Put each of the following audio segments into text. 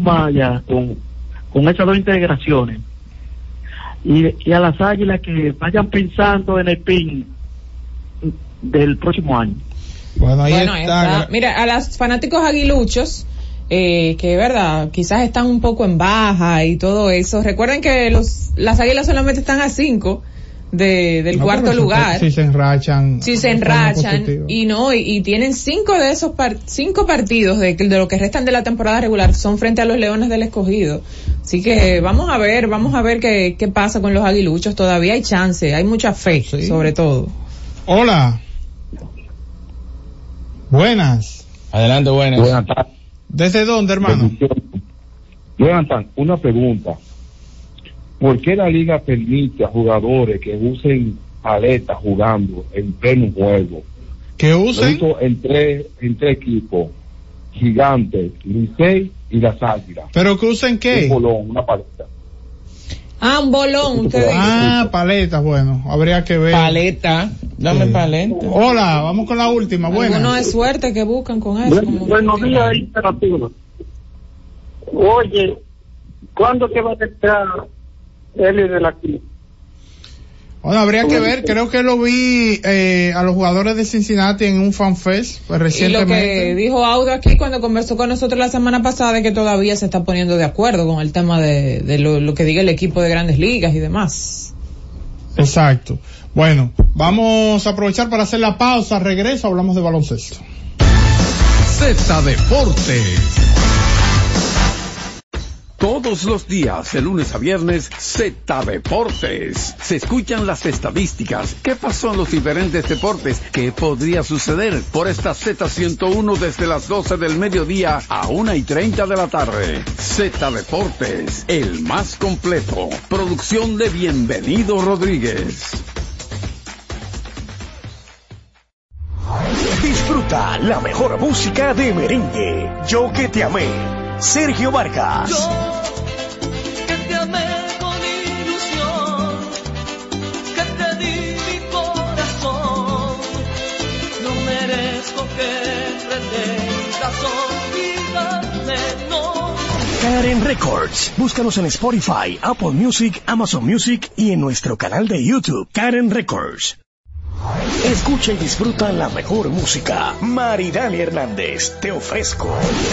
Maya con esas dos integraciones y a las Águilas que vayan pensando en el PIN del próximo año. Bueno, ahí está. Mira, a los fanáticos aguiluchos, que verdad, quizás están un poco en baja y todo eso, recuerden que las Águilas solamente están a 5 del cuarto lugar. Si se enrachan y tienen 5 de esos 5 partidos de lo que restan de la temporada regular son frente a los Leones del Escogido. Así que vamos a ver qué pasa con los aguiluchos. Todavía hay chance, hay mucha fe, sobre todo. Hola. Buenas. Adelante, buenas. Buenas tardes. ¿Desde dónde, hermano? Jonathan, una pregunta. ¿Por qué la liga permite a jugadores que usen paletas jugando en pleno juego? ¿Que usen? En tres equipos, Gigantes, Licey y las Águilas. ¿Pero que usen qué? Un bolón, una paleta. Un bolón, usted dice. Paletas, bueno, habría que ver. Paleta, dame paleta. Hola, vamos con la última, buena. No es suerte que buscan con eso. Buenos días, Interactivo. Oye, ¿cuándo te va a entrar Eli de la Cruz? Bueno, habría que ver, creo que lo vi a los jugadores de Cincinnati en un FanFest pues, recientemente. Y lo que dijo Audo aquí cuando conversó con nosotros la semana pasada es que todavía se está poniendo de acuerdo con el tema de lo que diga el equipo de Grandes Ligas y demás. Exacto. Bueno, vamos a aprovechar para hacer la pausa, regreso, hablamos de baloncesto. Z Deportes. Todos los días, de lunes a viernes, Z Deportes. Se escuchan las estadísticas. ¿Qué pasó en los diferentes deportes? ¿Qué podría suceder? Por esta Z101 desde las 12 del mediodía a 1:30 de la tarde. Z Deportes, el más completo. Producción de Bienvenido Rodríguez. Disfruta la mejor música de merengue. Yo que te amé. Sergio Vargas. Yo que te amé con ilusión, que te di mi corazón, no merezco que pretendas olvidarme, no. Karen Records. Búscanos en Spotify, Apple Music, Amazon Music y en nuestro canal de YouTube, Karen Records. Escucha y disfruta la mejor música. Maridani Hernández, te ofrezco.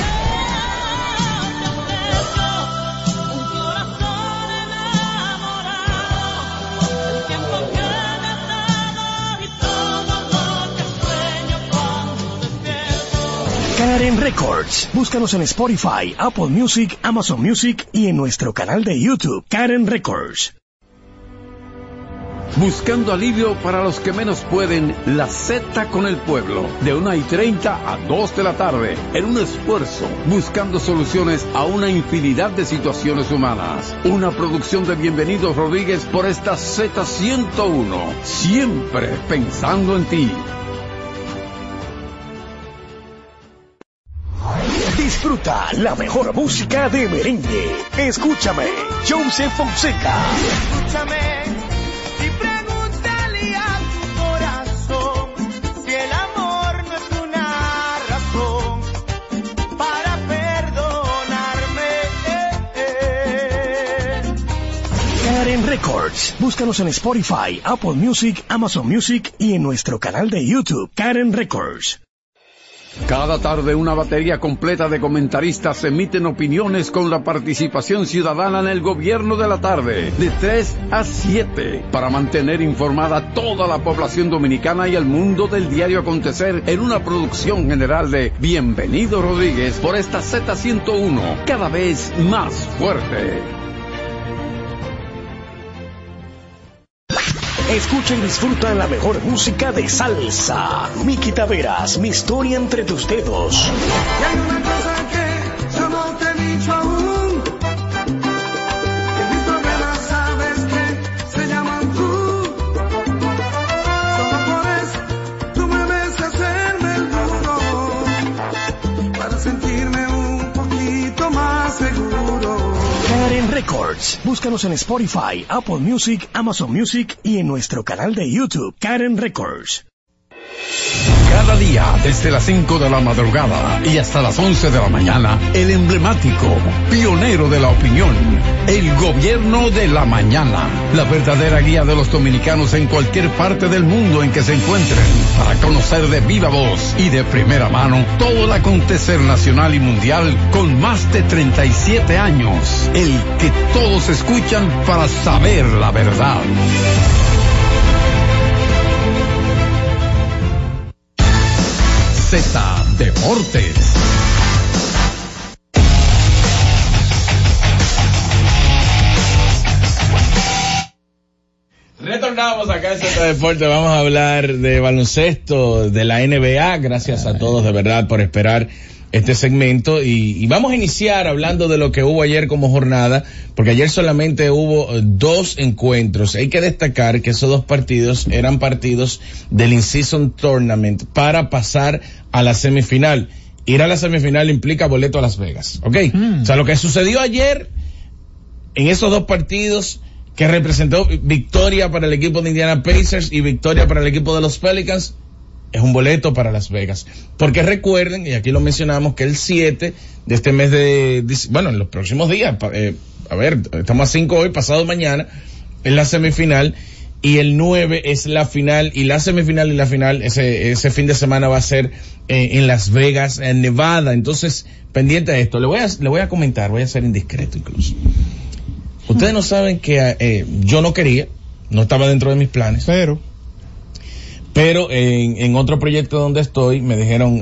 Karen Records. Búscanos en Spotify, Apple Music, Amazon Music y en nuestro canal de YouTube, Karen Records. Buscando alivio para los que menos pueden, la Z con el pueblo, de 1:30 a 2 de la tarde, en un esfuerzo, buscando soluciones a una infinidad de situaciones humanas. Una producción de Bienvenido Rodríguez por esta Z101, siempre pensando en ti. Disfruta la mejor música de merengue. Escúchame, Joseph Fonseca. Escúchame y pregúntale a tu corazón si el amor no es una razón para perdonarme. Karen Records. Búscanos en Spotify, Apple Music, Amazon Music y en nuestro canal de YouTube, Karen Records. Cada tarde una batería completa de comentaristas emiten opiniones con la participación ciudadana en el gobierno de la tarde, de 3 a 7, para mantener informada a toda la población dominicana y el mundo del diario acontecer en una producción general de Bienvenido Rodríguez por esta Z101, cada vez más fuerte. Escucha y disfruta la mejor música de salsa. Miki Taveras, mi historia entre tus dedos. Y hay una cosa que yo no te he dicho aún, que mis problemas sabes que se llaman tú. Solo por eso tú me ves hacerme el duro, para sentirme un poquito más seguro. Karen Records. Búscanos en Spotify, Apple Music, Amazon Music y en nuestro canal de YouTube, Karen Records. Cada día, desde las 5 de la madrugada y hasta las 11 de la mañana, el emblemático, pionero de la opinión, el Gobierno de la Mañana. La verdadera guía de los dominicanos en cualquier parte del mundo en que se encuentren, para conocer de viva voz y de primera mano todo el acontecer nacional y mundial con más de 37 años. El que todos escuchan para saber la verdad. Z Deportes. Retornamos acá a Z Deportes. Vamos a hablar de baloncesto, de la NBA. Gracias a todos de verdad por esperar este segmento y vamos a iniciar hablando de lo que hubo ayer como jornada, porque ayer solamente hubo 2 encuentros. Hay que destacar que esos 2 partidos eran partidos del In-Season Tournament para pasar a la semifinal. Ir a la semifinal implica boleto a Las Vegas, ¿ok? O sea, lo que sucedió ayer en esos 2 partidos, que representó victoria para el equipo de Indiana Pacers y victoria para el equipo de los Pelicans, es un boleto para Las Vegas. Porque recuerden, y aquí lo mencionamos, que el 7 de este mes en los próximos días, estamos a 5 hoy, pasado mañana, es la semifinal, y el 9 es la final, y la semifinal y la final, ese fin de semana va a ser en Las Vegas, en Nevada. Entonces, pendiente de esto, le voy a comentar, voy a ser indiscreto incluso. Ustedes no saben que yo no quería, no estaba dentro de mis planes, pero en otro proyecto donde estoy me dijeron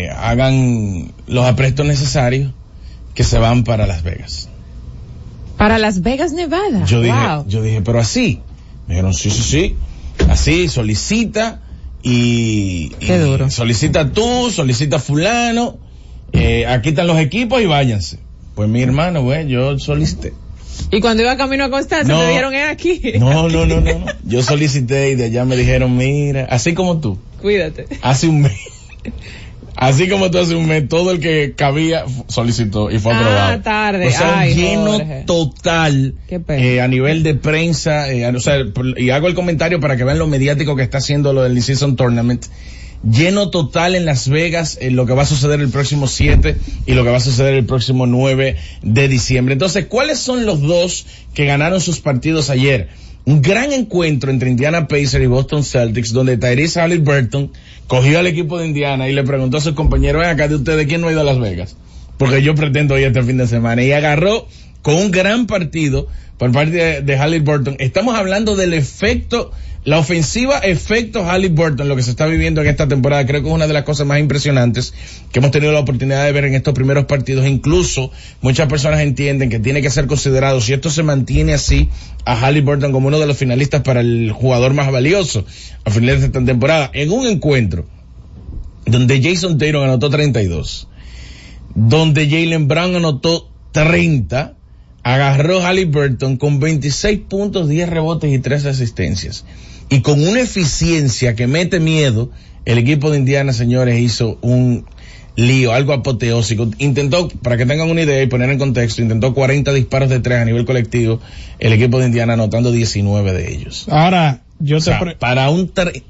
hagan los aprestos necesarios que se van para Las Vegas. Para Las Vegas, Nevada. Yo dije, pero así. Me dijeron, sí, así, solicita y qué duro. Solicita tú, solicita fulano, aquí están los equipos y váyanse. Pues mi hermano, yo solicité. Y cuando iba camino a Constanza, me dijeron, aquí. No. Yo solicité y de allá me dijeron, mira, así como tú. Cuídate. Hace un mes. Así como tú hace un mes, todo el que cabía solicitó y fue aprobado. Tarde. O sea, lleno Jorge. Total a nivel de prensa, y hago el comentario para que vean lo mediático que está haciendo lo del In-Season Tournament. Lleno total en Las Vegas, lo que va a suceder el próximo 7 y lo que va a suceder el próximo 9 de diciembre. Entonces, ¿cuáles son los 2 que ganaron sus partidos ayer? Un gran encuentro entre Indiana Pacers y Boston Celtics, donde Tyrese Haliburton cogió al equipo de Indiana y le preguntó a sus compañeros, acá de ustedes, ¿quién no ha ido a Las Vegas? Porque yo pretendo ir este fin de semana. Y agarró con un gran partido por parte de Haliburton. Estamos hablando del efecto, la ofensiva efecto Haliburton, lo que se está viviendo en esta temporada. Creo que es una de las cosas más impresionantes que hemos tenido la oportunidad de ver en estos primeros partidos. Incluso muchas personas entienden que tiene que ser considerado, si esto se mantiene así, a Haliburton como uno de los finalistas para el jugador más valioso a final de esta temporada. En un encuentro donde Jason Tatum anotó 32, donde Jaylen Brown anotó 30, agarró Haliburton con 26 puntos, 10 rebotes y 3 asistencias. Y con una eficiencia que mete miedo, el equipo de Indiana, señores, hizo un lío, algo apoteósico. Intentó, para que tengan una idea y poner en contexto, intentó 40 disparos de 3 a nivel colectivo, el equipo de Indiana anotando 19 de ellos. Ahora, para un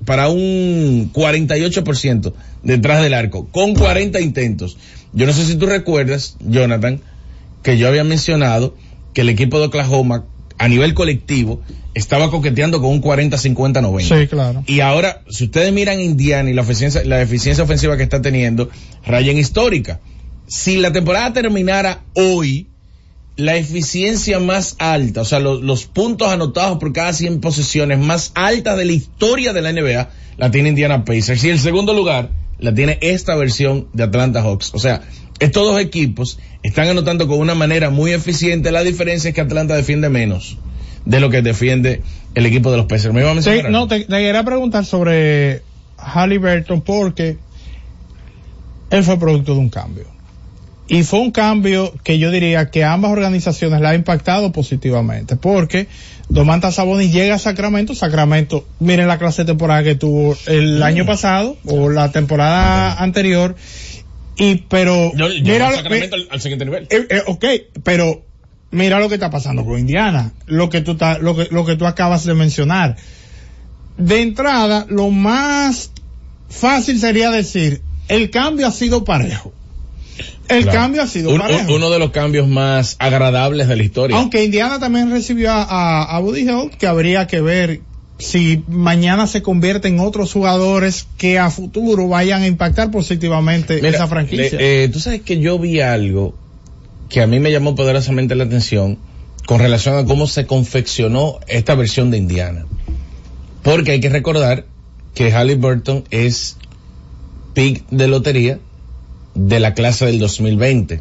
48% detrás del arco, con 40 intentos. Yo no sé si tú recuerdas, Jonathan, que yo había mencionado que el equipo de Oklahoma, a nivel colectivo, estaba coqueteando con un 40-50-90. Sí, claro. Y ahora, si ustedes miran Indiana y la eficiencia ofensiva que está teniendo, raya en histórica. Si la temporada terminara hoy, la eficiencia más alta, o sea, los puntos anotados por cada 100 posesiones más alta de la historia de la NBA, la tiene Indiana Pacers. Y el segundo lugar la tiene esta versión de Atlanta Hawks. O sea, estos 2 equipos están anotando con una manera muy eficiente. La diferencia es que Atlanta defiende menos de lo que defiende el equipo de los Pacers. ¿Me iba a mencionar? Sí, no, te quería preguntar sobre Haliburton, porque él fue producto de un cambio. Y fue un cambio que yo diría que a ambas organizaciones la ha impactado positivamente, porque Domantas Sabonis llega a Sacramento, miren la clase de temporada que tuvo el año pasado, o la temporada anterior, pero mira Sacramento al siguiente nivel. Pero mira lo que está pasando con Indiana, lo que tú acabas de mencionar. De entrada, lo más fácil sería decir, el cambio ha sido parejo. El cambio ha sido parejo. Uno de los cambios más agradables de la historia. Aunque Indiana también recibió a Buddy Hield, que habría que ver si mañana se convierte en otros jugadores que a futuro vayan a impactar positivamente esa franquicia. Tú sabes que yo vi algo que a mí me llamó poderosamente la atención con relación a cómo se confeccionó esta versión de Indiana. Porque hay que recordar que Haliburton es pick de lotería de la clase del 2020.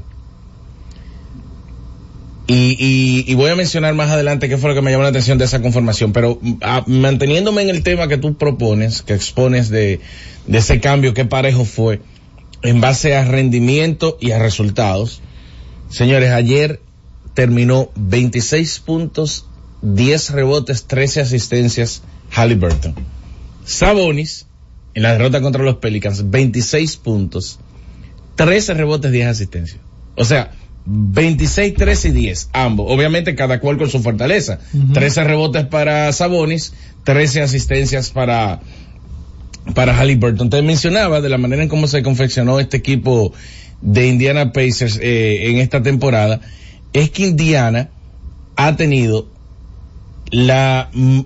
Y voy a mencionar más adelante qué fue lo que me llamó la atención de esa conformación, pero manteniéndome en el tema que tú propones, que expones de ese cambio, qué parejo fue, en base a rendimiento y a resultados. Señores, ayer terminó 26 puntos, 10 rebotes, 13 asistencias Haliburton. Sabonis, en la derrota contra los Pelicans, 26 puntos, 13 rebotes, 10 asistencias. O sea, 26, 13 y 10, ambos. Obviamente cada cual con su fortaleza. 13 rebotes para Sabonis, 13 asistencias para Haliburton. Te mencionaba de la manera en cómo se confeccionó este equipo de Indiana Pacers en esta temporada. Es que Indiana ha tenido la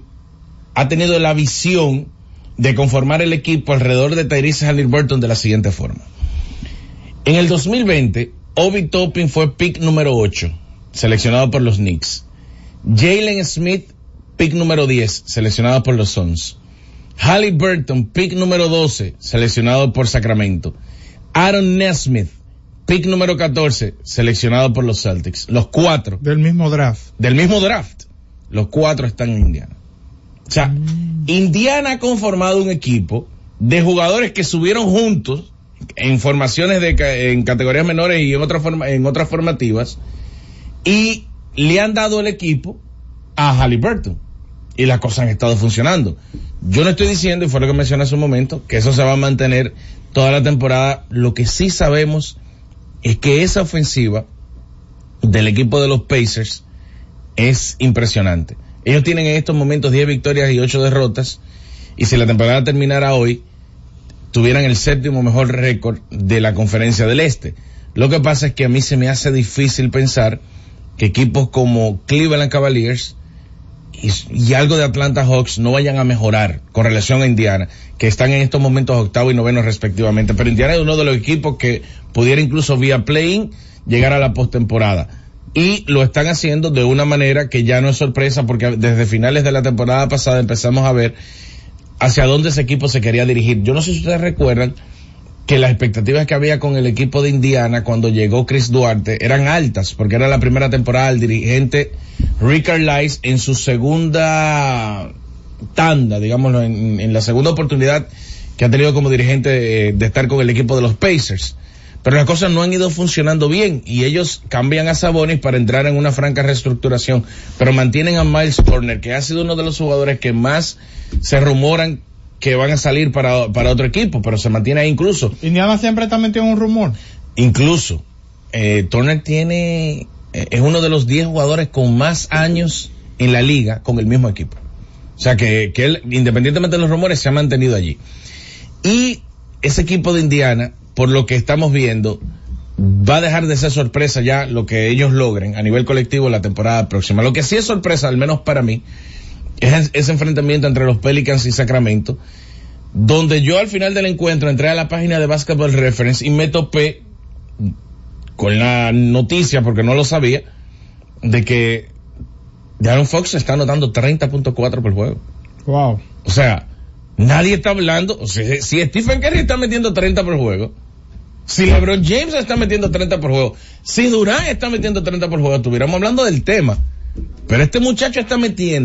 visión de conformar el equipo alrededor de Tyrese Haliburton de la siguiente forma. En el 2020, Obi Toppin fue pick número 8, seleccionado por los Knicks. Jalen Smith, pick número 10, seleccionado por los Suns. Haliburton, pick número 12, seleccionado por Sacramento. Aaron Nesmith, pick número 14, seleccionado por los Celtics. Los 4. Del mismo draft. Los 4 están en Indiana. O sea, Indiana ha conformado un equipo de jugadores que subieron juntos en formaciones en categorías menores y en otras formativas, y le han dado el equipo a Haliburton y las cosas han estado funcionando. Yo no estoy diciendo, y fue lo que mencioné hace un momento, que eso se va a mantener toda la temporada. Lo que sí sabemos es que esa ofensiva del equipo de los Pacers es impresionante. Ellos tienen en estos momentos 10 victorias y 8 derrotas, y si la temporada terminara hoy, tuvieran el 7º mejor récord de la Conferencia del Este. Lo que pasa es que a mí se me hace difícil pensar que equipos como Cleveland Cavaliers y algo de Atlanta Hawks no vayan a mejorar con relación a Indiana, que están en estos momentos 8º y 9º respectivamente. Pero Indiana es uno de los equipos que pudiera incluso vía play-in llegar a la postemporada. Y lo están haciendo de una manera que ya no es sorpresa, porque desde finales de la temporada pasada empezamos a ver hacia dónde ese equipo se quería dirigir. Yo no sé si ustedes recuerdan que las expectativas que había con el equipo de Indiana cuando llegó Chris Duarte eran altas, porque era la primera temporada del dirigente Rick Carlisle en su segunda tanda, digámoslo, en la segunda oportunidad que ha tenido como dirigente de estar con el equipo de los Pacers. Pero las cosas no han ido funcionando bien y ellos cambian a Sabonis para entrar en una franca reestructuración, pero mantienen a Miles Turner, que ha sido uno de los jugadores que más se rumoran que van a salir para otro equipo, pero se mantiene ahí incluso. Indiana siempre está metido en un rumor. Incluso, Turner es uno de los 10 jugadores con más años en la liga con el mismo equipo. O sea que él, independientemente de los rumores, se ha mantenido allí. Y ese equipo de Indiana, por lo que estamos viendo, va a dejar de ser sorpresa ya lo que ellos logren a nivel colectivo la temporada próxima. Lo que sí es sorpresa, al menos para mí, es ese enfrentamiento entre los Pelicans y Sacramento, donde yo al final del encuentro entré a la página de Basketball Reference y me topé con la noticia, porque no lo sabía, de que De'Aaron Fox está anotando 30.4 por juego. Wow. O sea, nadie está hablando, o sea, si Stephen Curry está metiendo 30 por juego, si LeBron James está metiendo 30 por juego, si Durant está metiendo 30 por juego, estuviéramos hablando del tema. Pero este muchacho está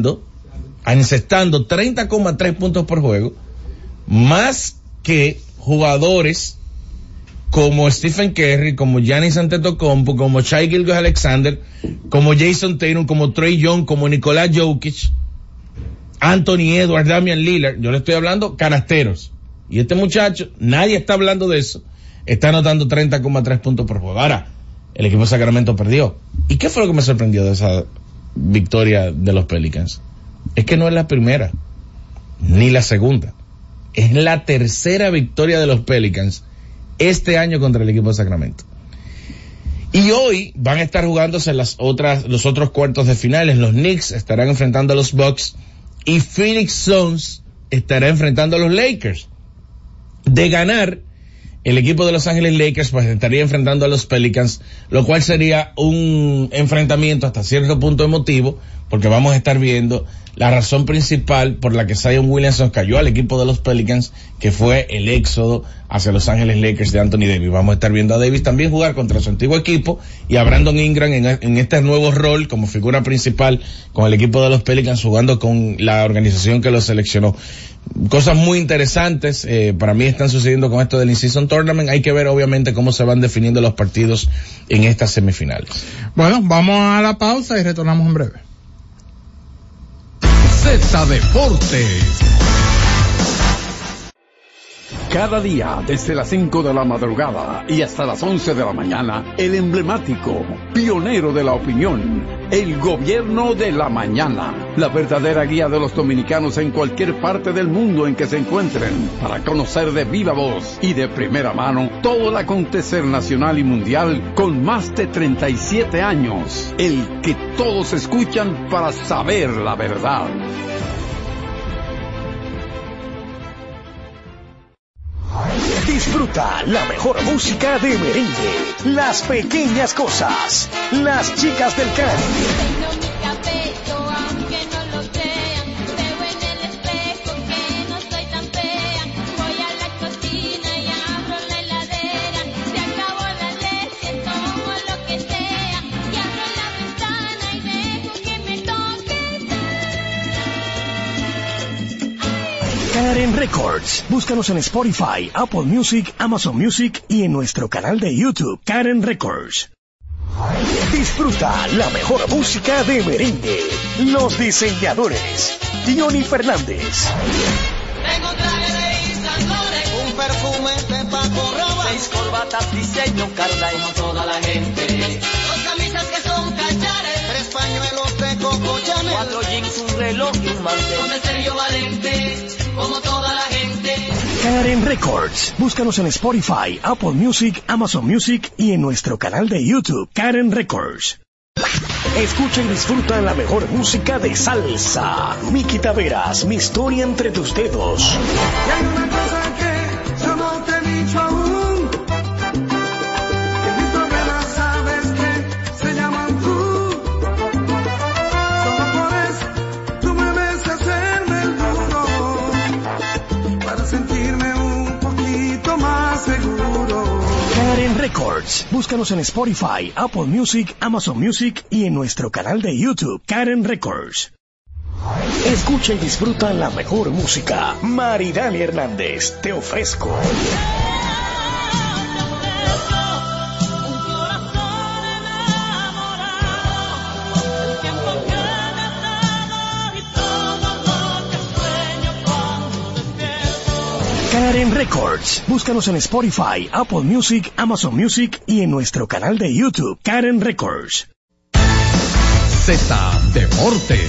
encestando 30,3 puntos por juego, más que jugadores como Stephen Curry, como Giannis Antetokounmpo, como Shai Gilgeous-Alexander, como Jason Tatum, como Trae Young, como Nikola Jokic, Anthony Edwards, Damian Lillard. Yo le estoy hablando canasteros. Y este muchacho, nadie está hablando de eso, está anotando 30,3 puntos por juego. Ahora, el equipo de Sacramento perdió. ¿Y qué fue lo que me sorprendió de esa victoria de los Pelicans? Es que no es la primera, ni la segunda, Es la tercera victoria de los Pelicans este año contra el equipo de Sacramento. Y hoy van a estar jugándose los otros cuartos de finales. Los Knicks estarán enfrentando a los Bucks y Phoenix Suns estará enfrentando a los Lakers. De ganar, el equipo de Los Ángeles Lakers pues estaría enfrentando a los Pelicans, lo cual sería un enfrentamiento hasta cierto punto emotivo, porque vamos a estar viendo la razón principal por la que Zion Williamson cayó al equipo de los Pelicans, que fue el éxodo hacia Los Ángeles Lakers de Anthony Davis. Vamos a estar viendo a Davis también jugar contra su antiguo equipo y a Brandon Ingram en este nuevo rol como figura principal con el equipo de los Pelicans, jugando con la organización que lo seleccionó. Cosas muy interesantes para mí están sucediendo con esto del In-Season Tournament. Hay que ver obviamente cómo se van definiendo los partidos en estas semifinales. Bueno, vamos a la pausa y retornamos en breve. Z Deportes. Cada día, desde las 5 de la madrugada y hasta las 11 de la mañana, el emblemático, pionero de la opinión, el Gobierno de la Mañana. La verdadera guía de los dominicanos en cualquier parte del mundo en que se encuentren, para conocer de viva voz y de primera mano todo el acontecer nacional y mundial con más de 37 años. El que todos escuchan para saber la verdad. Disfruta la mejor música de merengue, las pequeñas cosas, las chicas del Caribe. Karen Records. Búscanos en Spotify, Apple Music, Amazon Music y en nuestro canal de YouTube, Karen Records. Disfruta la mejor música de merengue. Los diseñadores. Johnny Fernández. Tengo traje de Yves Saint Laurent, un perfume de Paco Rabanne, 6 corbatas diseño Carla y no toda la gente. 2 camisas que son cachares, 3 pañuelos de Coco Chanel, 4 jeans, un reloj y un mantel. Con el Sergio Valente, como toda la gente. Karen Records. Búscanos en Spotify, Apple Music, Amazon Music y en nuestro canal de YouTube, Karen Records. Escucha y disfruta la mejor música de salsa. Miki Taveras, mi historia entre tus dedos. Y hay una cosa que yo no te he dicho aún, que mis problemas sabes que se llaman tú. Solo por eso tú me ves hacerme el duro, para sentirme un poquito más seguro. Karen Records. Búscanos en Spotify, Apple Music, Amazon Music y en nuestro canal de YouTube, Karen Records. Escucha y disfruta la mejor música. Maridani Hernández, te ofrezco. Karen Records. Búscanos en Spotify, Apple Music, Amazon Music y en nuestro canal de YouTube, Karen Records. Z Deportes.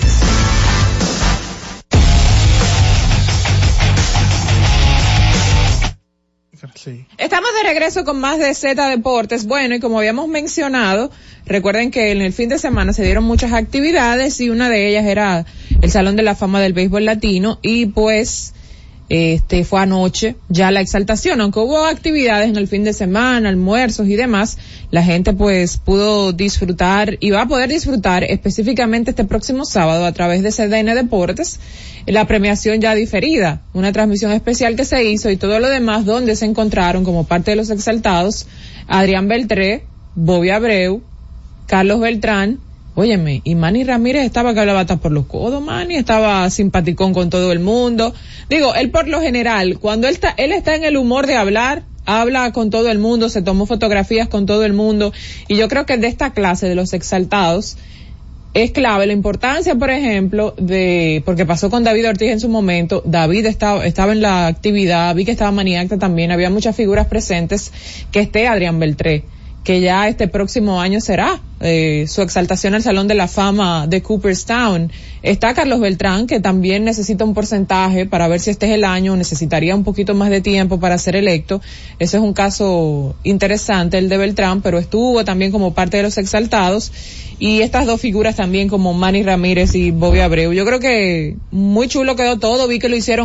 Sí. Estamos de regreso con más de Z Deportes. Bueno, y como habíamos mencionado, recuerden que en el fin de semana se dieron muchas actividades y una de ellas era el Salón de la Fama del Béisbol Latino y pues fue anoche ya la exaltación, aunque hubo actividades en el fin de semana, almuerzos y demás, la gente pues pudo disfrutar y va a poder disfrutar específicamente este próximo sábado a través de CDN Deportes, la premiación ya diferida, una transmisión especial que se hizo y todo lo demás donde se encontraron como parte de los exaltados Adrián Beltré, Bobby Abreu, Carlos Beltrán. Óyeme, y Manny Ramírez estaba que hablaba hasta por los codos, Manny, estaba simpaticón con todo el mundo. Digo, él por lo general, cuando él está en el humor de hablar, habla con todo el mundo, se tomó fotografías con todo el mundo, y yo creo que de esta clase de los exaltados es clave la importancia, por ejemplo, porque pasó con David Ortiz en su momento, David estaba en la actividad, vi que estaba Manny Acta también, había muchas figuras presentes, que esté Adrián Beltré, que ya este próximo año será su exaltación al Salón de la Fama de Cooperstown. Está Carlos Beltrán, que también necesita un porcentaje para ver si este es el año, necesitaría un poquito más de tiempo para ser electo. Ese es un caso interesante, el de Beltrán, pero estuvo también como parte de los exaltados. Y estas dos figuras también como Manny Ramírez y Bobby Abreu. Yo creo que muy chulo quedó todo, vi que lo hicieron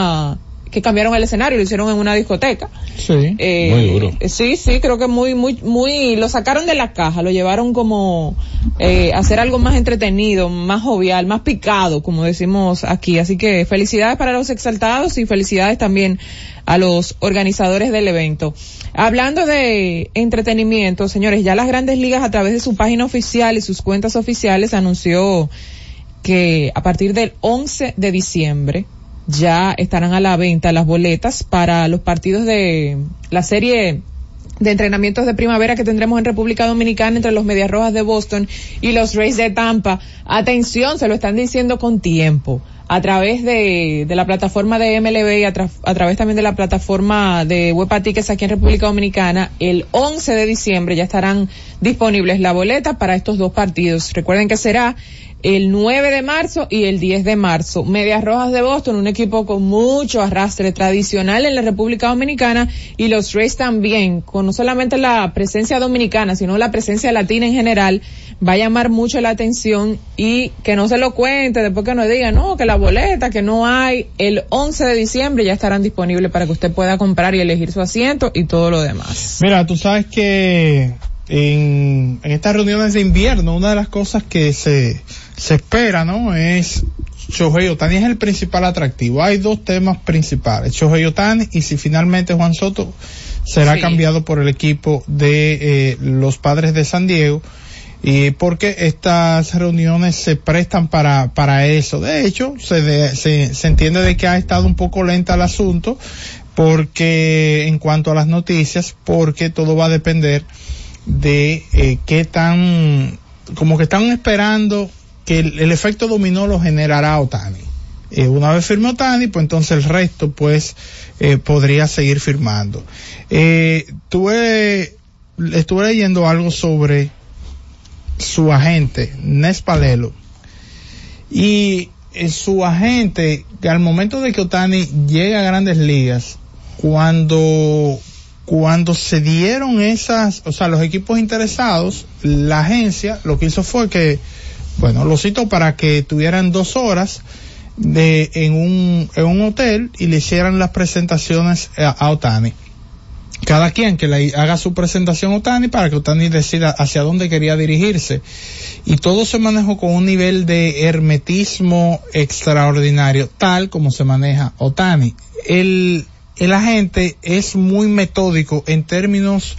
que cambiaron el escenario, lo hicieron en una discoteca. Sí, muy duro. Sí, creo que muy, lo sacaron de la caja, lo llevaron como, hacer algo más entretenido, más jovial, más picado, como decimos aquí. Así que felicidades para los exaltados y felicidades también a los organizadores del evento. Hablando de entretenimiento, señores, ya las Grandes Ligas a través de su página oficial y sus cuentas oficiales anunció que a partir del 11 de diciembre ya estarán a la venta las boletas para los partidos de la serie de entrenamientos de primavera que tendremos en República Dominicana entre los Medias Rojas de Boston y los Rays de Tampa. Atención, se lo están diciendo con tiempo. A través de la plataforma de MLB y a través también de la plataforma de Huepa Tickets aquí en República Dominicana, el 11 de diciembre ya estarán disponibles la boleta para estos dos partidos. Recuerden que será el 9 de marzo y el 10 de marzo. Medias Rojas de Boston, un equipo con mucho arrastre tradicional en la República Dominicana, y los Rays también, con no solamente la presencia dominicana, sino la presencia latina en general, va a llamar mucho la atención. Y que no se lo cuente, después que nos digan, no, que la boleta, que no hay. El 11 de diciembre ya estarán disponibles para que usted pueda comprar y elegir su asiento y todo lo demás. Mira, tú sabes que en estas reuniones de invierno, una de las cosas que se espera, ¿no?, es Shohei Ohtani. Es el principal atractivo. Hay dos temas principales: Shohei Ohtani y si finalmente Juan Soto será cambiado por el equipo de los Padres de San Diego, y porque estas reuniones se prestan para eso. De hecho, se entiende de que ha estado un poco lenta el asunto, porque en cuanto a las noticias, porque todo va a depender de qué tan, como que están esperando que el efecto dominó lo generará Ohtani. Una vez firme Ohtani, pues entonces el resto pues podría seguir firmando. Estuve leyendo algo sobre su agente, Nes Palelo, y su agente, que al momento de que Ohtani llega a Grandes Ligas, cuando se dieron los equipos interesados, la agencia lo que hizo fue que, lo citó para que tuvieran 2 horas en un hotel y le hicieran las presentaciones a Ohtani. Cada quien que le haga su presentación a Ohtani para que Ohtani decida hacia dónde quería dirigirse. Y todo se manejó con un nivel de hermetismo extraordinario, tal como se maneja Ohtani. El agente es muy metódico en términos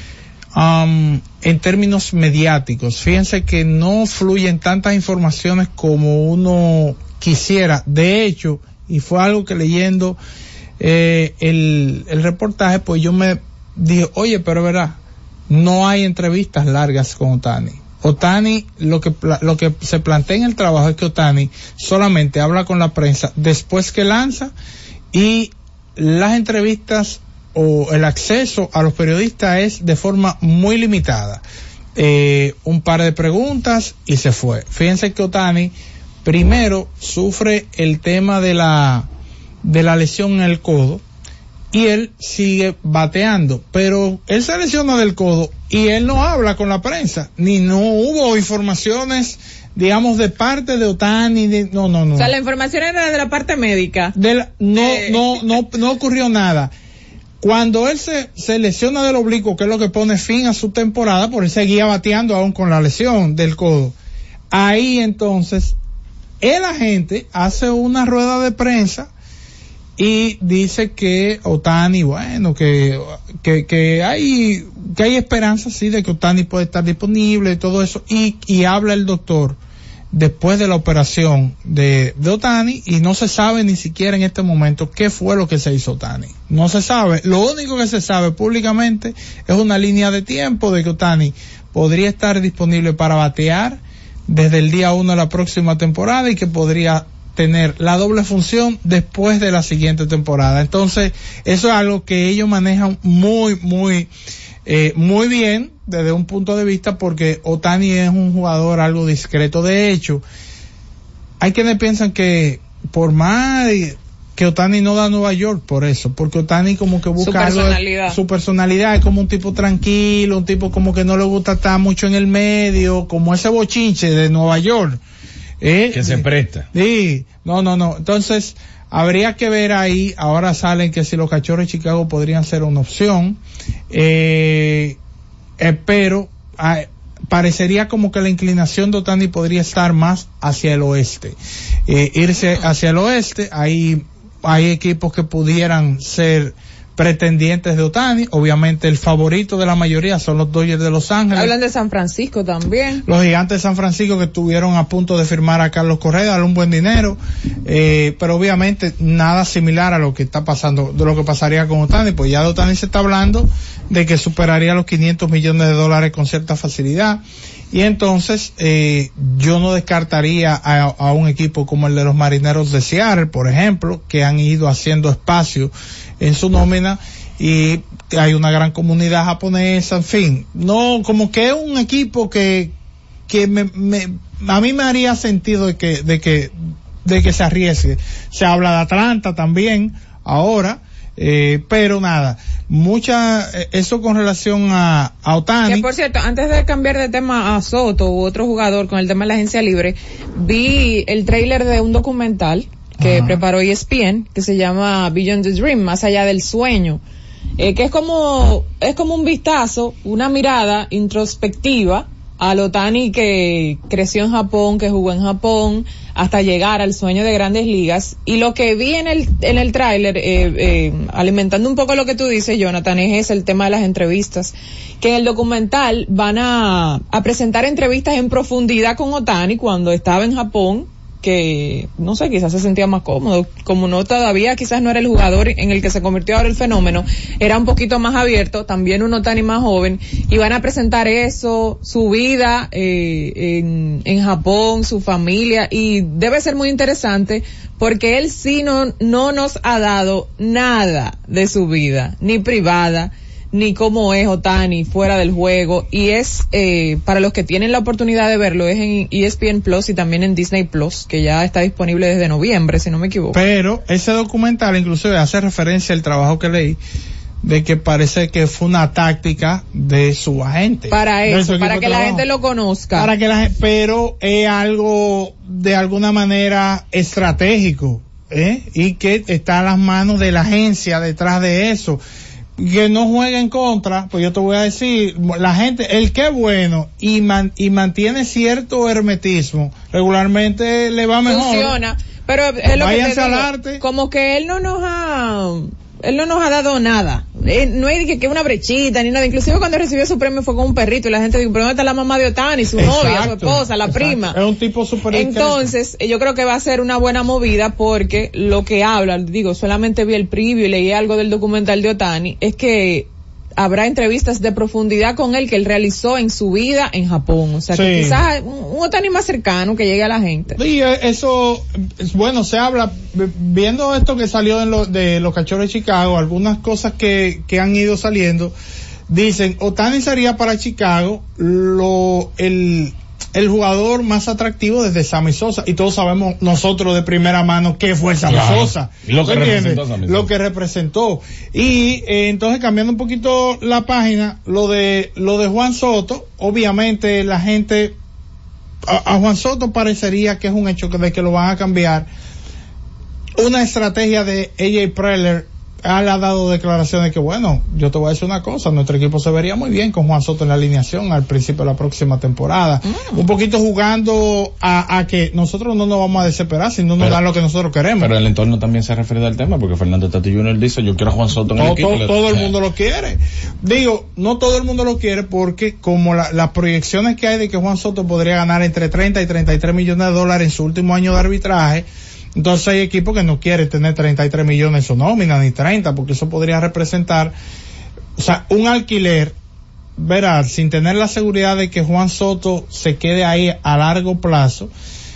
mediáticos. Fíjense que no fluyen tantas informaciones como uno quisiera. De hecho, y fue algo que leyendo el reportaje, pues yo me dije, oye, pero verdad, no hay entrevistas largas con Ohtani. Ohtani, lo que se plantea en el trabajo es que Ohtani solamente habla con la prensa después que lanza, y las entrevistas o el acceso a los periodistas es de forma muy limitada. Un par de preguntas y se fue. Fíjense que Ohtani primero sufre el tema de la lesión en el codo, y él sigue bateando, pero él se lesiona del codo y él no habla con la prensa, no hubo informaciones, digamos, de parte de Ohtani, no. O sea, la información era de la parte médica. No ocurrió nada. Cuando él se lesiona del oblicuo, que es lo que pone fin a su temporada, porque él seguía bateando aún con la lesión del codo, ahí entonces el agente hace una rueda de prensa y dice que Ohtani, que hay esperanza, sí, de que Ohtani puede estar disponible y todo eso, y habla el doctor después de la operación de Ohtani, y no se sabe ni siquiera en este momento qué fue lo que se hizo Ohtani. No se sabe. Lo único que se sabe públicamente es una línea de tiempo de que Ohtani podría estar disponible para batear desde el día 1 de la próxima temporada, y que podría tener la doble función después de la siguiente temporada. Entonces, eso es algo que ellos manejan muy muy bien desde un punto de vista porque Ohtani es un jugador algo discreto. De hecho, hay quienes piensan que por más que Ohtani no da a Nueva York por eso, porque Ohtani como que busca su personalidad, es como un tipo tranquilo, un tipo como que no le gusta estar mucho en el medio, como ese bochinche de Nueva York. Que se presta. Sí, no. Entonces, habría que ver ahí, ahora salen que si los Cachorros de Chicago podrían ser una opción, pero parecería como que la inclinación de Ohtani podría estar más hacia el oeste. Irse hacia el oeste, hay equipos que pudieran ser pretendientes de Ohtani. Obviamente el favorito de la mayoría son los Dodgers de Los Ángeles. Hablan de San Francisco también. Los Gigantes de San Francisco, que estuvieron a punto de firmar a Carlos Correa, darle un buen dinero, pero obviamente nada similar a lo que está pasando, de lo que pasaría con Ohtani, pues ya de Ohtani se está hablando de que superaría los $500 millones con cierta facilidad. Y entonces, yo no descartaría a un equipo como el de los Marineros de Seattle, por ejemplo, que han ido haciendo espacio en su nómina, y hay una gran comunidad japonesa, en fin, no, como que es un equipo que a mí me haría sentido de que se arriesgue. Se habla de Atlanta también, ahora, pero nada, eso con relación a Ohtani. Que por cierto, antes de cambiar de tema a Soto u otro jugador con el tema de la agencia libre, vi el tráiler de un documental que preparó ESPN, que se llama Beyond the Dream, más allá del sueño, que es como un vistazo, una mirada introspectiva al Ohtani que creció en Japón, que jugó en Japón, hasta llegar al sueño de Grandes Ligas. Y lo que vi en el tráiler, alimentando un poco lo que tú dices, Jonathan, es el tema de las entrevistas, que en el documental van a presentar entrevistas en profundidad con Ohtani cuando estaba en Japón, que no sé, quizás se sentía más cómodo, como no todavía, quizás no era el jugador en el que se convirtió ahora el fenómeno, era un poquito más abierto, también un Ohtani más joven, y van a presentar eso, su vida en Japón, su familia, y debe ser muy interesante porque él sí no nos ha dado nada de su vida, ni privada, ni cómo es Ohtani fuera del juego, y es para los que tienen la oportunidad de verlo, es en ESPN Plus y también en Disney Plus, que ya está disponible desde noviembre, si no me equivoco. Pero ese documental inclusive hace referencia al trabajo que leí, de que parece que fue una táctica de su agente. Para eso, para que la gente lo conozca. Pero es algo de alguna manera estratégico, y que está a las manos de la agencia detrás de eso. Que no juegue en contra, pues yo te voy a decir, la gente, el que es bueno y mantiene cierto hermetismo, regularmente le va mejor. Funciona, pero es lo váyanse que te al digo, arte. Como que él no nos ha dado nada. No hay que una brechita ni nada. Inclusive cuando recibió su premio fue con un perrito y la gente dijo, pero ¿dónde está la mamá de Ohtani, su novia, su esposa, la prima? Es un tipo súper. Entonces, yo creo que va a ser una buena movida porque lo que habla, digo, solamente vi el preview y leí algo del documental de Ohtani, es que habrá entrevistas de profundidad con él que él realizó en su vida en Japón. O sea, que quizás un Ohtani más cercano que llegue a la gente. Y eso, bueno, se habla, viendo esto que salió de los Cachorros de Chicago, algunas cosas que han ido saliendo, dicen, Ohtani sería para Chicago el jugador más atractivo desde Sammy Sosa, y todos sabemos nosotros de primera mano qué fue Sammy Sosa, lo que representó. Y entonces, cambiando un poquito la página, lo de Juan Soto, obviamente la gente a Juan Soto parecería que es un hecho de que lo van a cambiar. Una estrategia de AJ Preller ha dado declaraciones que, bueno, yo te voy a decir una cosa, nuestro equipo se vería muy bien con Juan Soto en la alineación al principio de la próxima temporada. Un poquito jugando a que nosotros no nos vamos a desesperar si no nos dan lo que nosotros queremos. Pero el entorno también se ha referido al tema, porque Fernando Tatis Jr. dice, yo quiero a Juan Soto en el equipo. Todo el mundo lo quiere. Digo, no todo el mundo lo quiere porque como las proyecciones que hay de que Juan Soto podría ganar entre 30 y 33 millones de dólares en su último año de arbitraje, entonces hay equipos que no quieren tener 33 millones en su nómina, ni 30, porque eso podría representar, o sea, un alquiler, verás, sin tener la seguridad de que Juan Soto se quede ahí a largo plazo,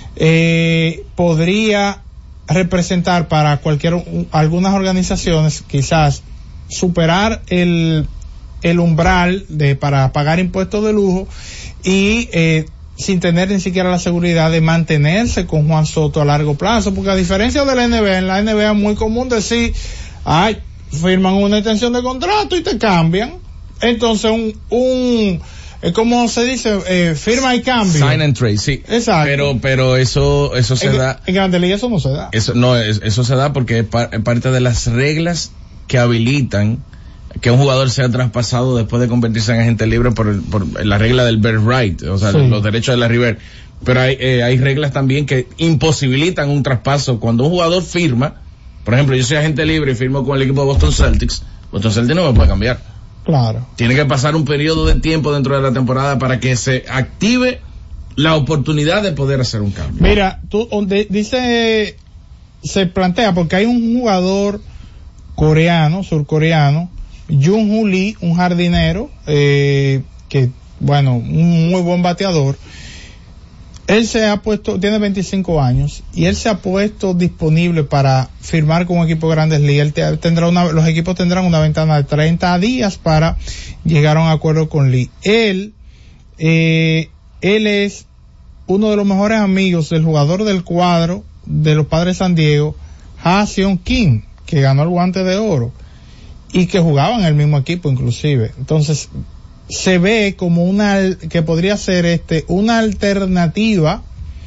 podría representar para algunas organizaciones, quizás superar el el umbral para pagar impuestos de lujo y sin tener ni siquiera la seguridad de mantenerse con Juan Soto a largo plazo, porque a diferencia de la NBA, en la NBA es muy común decir, firman una extensión de contrato y te cambian. Entonces ¿cómo se dice? Firma y cambio. Sign and trade, sí. Exacto. Pero eso se da. En Grandes Ligas eso no se da. Eso se da porque es parte de las reglas que habilitan que un jugador sea traspasado después de convertirse en agente libre por la regla del bird right, o sea, los derechos de la River. Pero hay reglas también que imposibilitan un traspaso. Cuando un jugador firma, por ejemplo, yo soy agente libre y firmo con el equipo de Boston Celtics no me puede cambiar. Claro. Tiene que pasar un periodo de tiempo dentro de la temporada para que se active la oportunidad de poder hacer un cambio. Mira, se plantea porque hay un jugador surcoreano, Jung-Hoo Lee, un jardinero, un muy buen bateador. Él tiene 25 años y él se ha puesto disponible para firmar con un equipo de Grandes Ligas. Los equipos tendrán una ventana de 30 días para llegar a un acuerdo con Lee. Él es uno de los mejores amigos del jugador del cuadro de los Padres de San Diego, Ha-Seong Kim, que ganó el Guante de Oro y que jugaba en el mismo equipo inclusive. Entonces, se ve como que podría ser una alternativa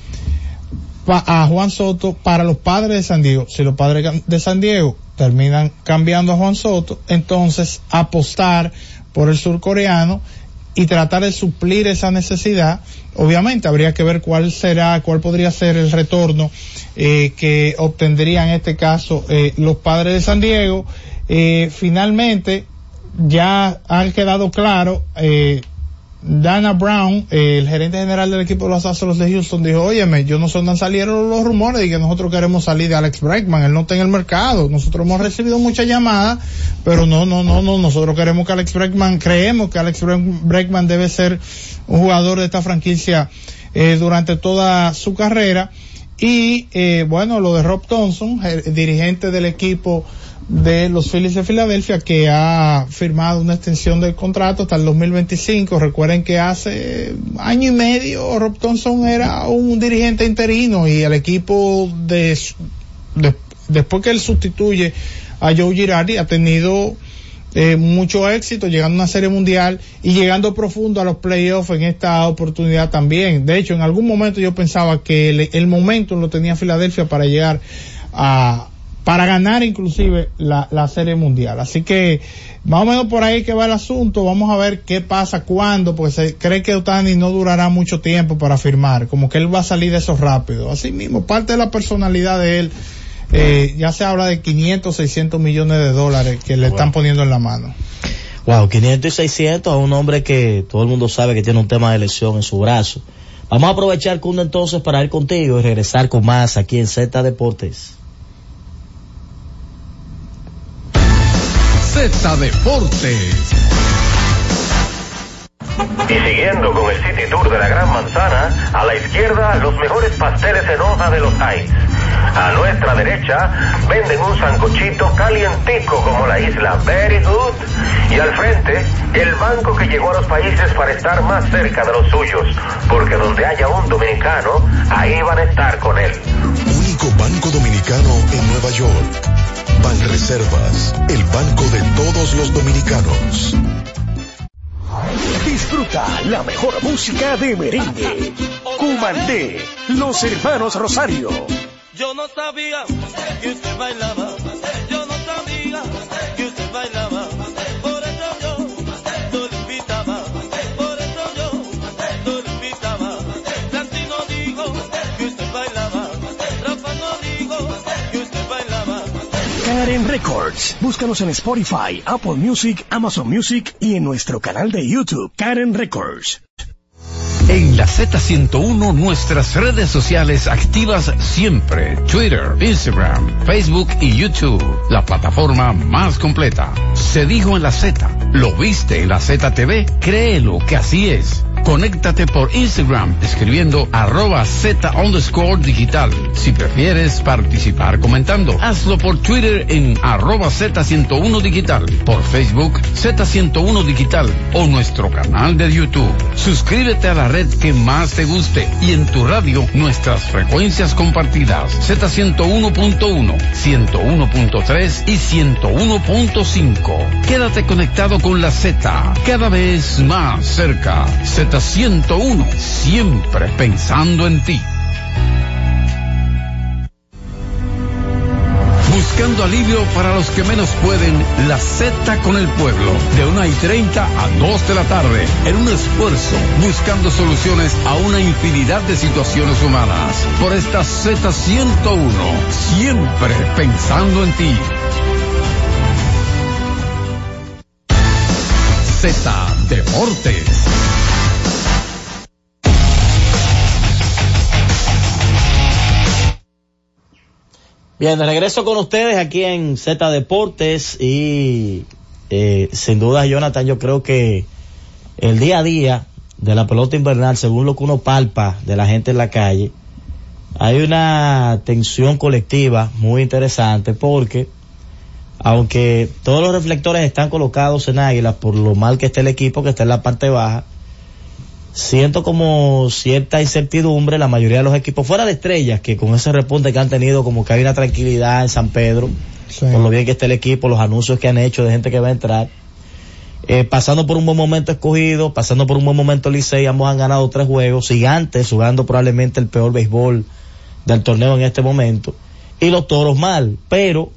a Juan Soto para los Padres de San Diego. Si los Padres de San Diego terminan cambiando a Juan Soto, entonces apostar por el surcoreano y tratar de suplir esa necesidad. Obviamente habría que ver cuál podría ser el retorno que obtendrían en este caso los Padres de San Diego. Finalmente ya han quedado claro, Dana Brown, el gerente general del equipo de los Astros de Houston, dijo, óyeme, yo no sé dónde salieron los rumores de que nosotros queremos salir de Alex Bregman, él no está en el mercado, nosotros hemos recibido muchas llamadas, pero no, nosotros creemos que Alex Bregman debe ser un jugador de esta franquicia durante toda su carrera. Y lo de Rob Thompson, el dirigente del equipo de los Phillies de Filadelfia, que ha firmado una extensión del contrato hasta el 2025. Recuerden que hace año y medio Rob Thompson era un dirigente interino y el equipo después que él sustituye a Joe Girardi ha tenido mucho éxito, llegando a una serie mundial y llegando profundo a los playoffs en esta oportunidad también. De hecho, en algún momento yo pensaba que el momento lo tenía Filadelfia para llegar para ganar inclusive la serie mundial. Así que más o menos por ahí que va el asunto. Vamos a ver qué pasa, cuándo, porque se cree que Ohtani no durará mucho tiempo para firmar, como que él va a salir de eso rápido. Así mismo, parte de la personalidad de él, ya se habla de 500, 600 millones de dólares que le están poniendo en la mano. Wow, 500 y 600 a un hombre que todo el mundo sabe que tiene un tema de lesión en su brazo. Vamos a aprovechar, Kundo, entonces para ir contigo y regresar con más aquí en Z Deportes. Z Deportes. Y siguiendo con el City Tour de la Gran Manzana, a la izquierda los mejores pasteles en hoja de los Heights. A nuestra derecha venden un sancochito calientico como la isla Very Good. Y al frente, el banco que llegó a los países para estar más cerca de los suyos. Porque donde haya un dominicano, ahí van a estar con él. Único banco dominicano en Nueva York. Banreservas, el banco de todos los dominicanos. Disfruta la mejor música de merengue. Cumandé, los hermanos Rosario. Yo no sabía que usted bailaba, yo no sabía que usted bailaba, por eso yo lo invitaba, por eso yo lo invitaba. Santino dijo que usted bailaba, Rafa no dijo que usted bailaba. Karen Records, búscanos en Spotify, Apple Music, Amazon Music y en nuestro canal de YouTube, Karen Records. En la Z101 nuestras redes sociales activas siempre. Twitter, Instagram, Facebook y YouTube. La plataforma más completa. Se dijo en la Z. Lo viste en la ZTV. Créelo que así es. Conéctate por Instagram escribiendo @Z_digital. Si prefieres participar comentando, hazlo por Twitter en @Z101 digital, por Facebook Z101 digital o nuestro canal de YouTube. Suscríbete a la red que más te guste y en tu radio nuestras frecuencias compartidas Z101.1, 101.3 y 101.5. Quédate conectado con la Z, cada vez más cerca. Z101, siempre pensando en ti. Buscando alivio para los que menos pueden, la Z con el pueblo, de 1:30 a 2 de la tarde, en un esfuerzo, buscando soluciones a una infinidad de situaciones humanas. Por esta Z101, siempre pensando en ti. Z Deportes. Bien, de regreso con ustedes aquí en Z Deportes y sin duda, Jonathan, yo creo que el día a día de la pelota invernal, según lo que uno palpa de la gente en la calle, hay una tensión colectiva muy interesante porque aunque todos los reflectores están colocados en Águilas por lo mal que está el equipo, que está en la parte baja, siento como cierta incertidumbre. La mayoría de los equipos fuera de Estrellas, que con ese repunte que han tenido, como que hay una tranquilidad en San Pedro, sí, por lo bien que está el equipo, los anuncios que han hecho de gente que va a entrar, pasando por un buen momento Escogido, pasando por un buen momento Licey, ambos han ganado 3 juegos, Gigantes jugando probablemente el peor béisbol del torneo en este momento, y los Toros mal, pero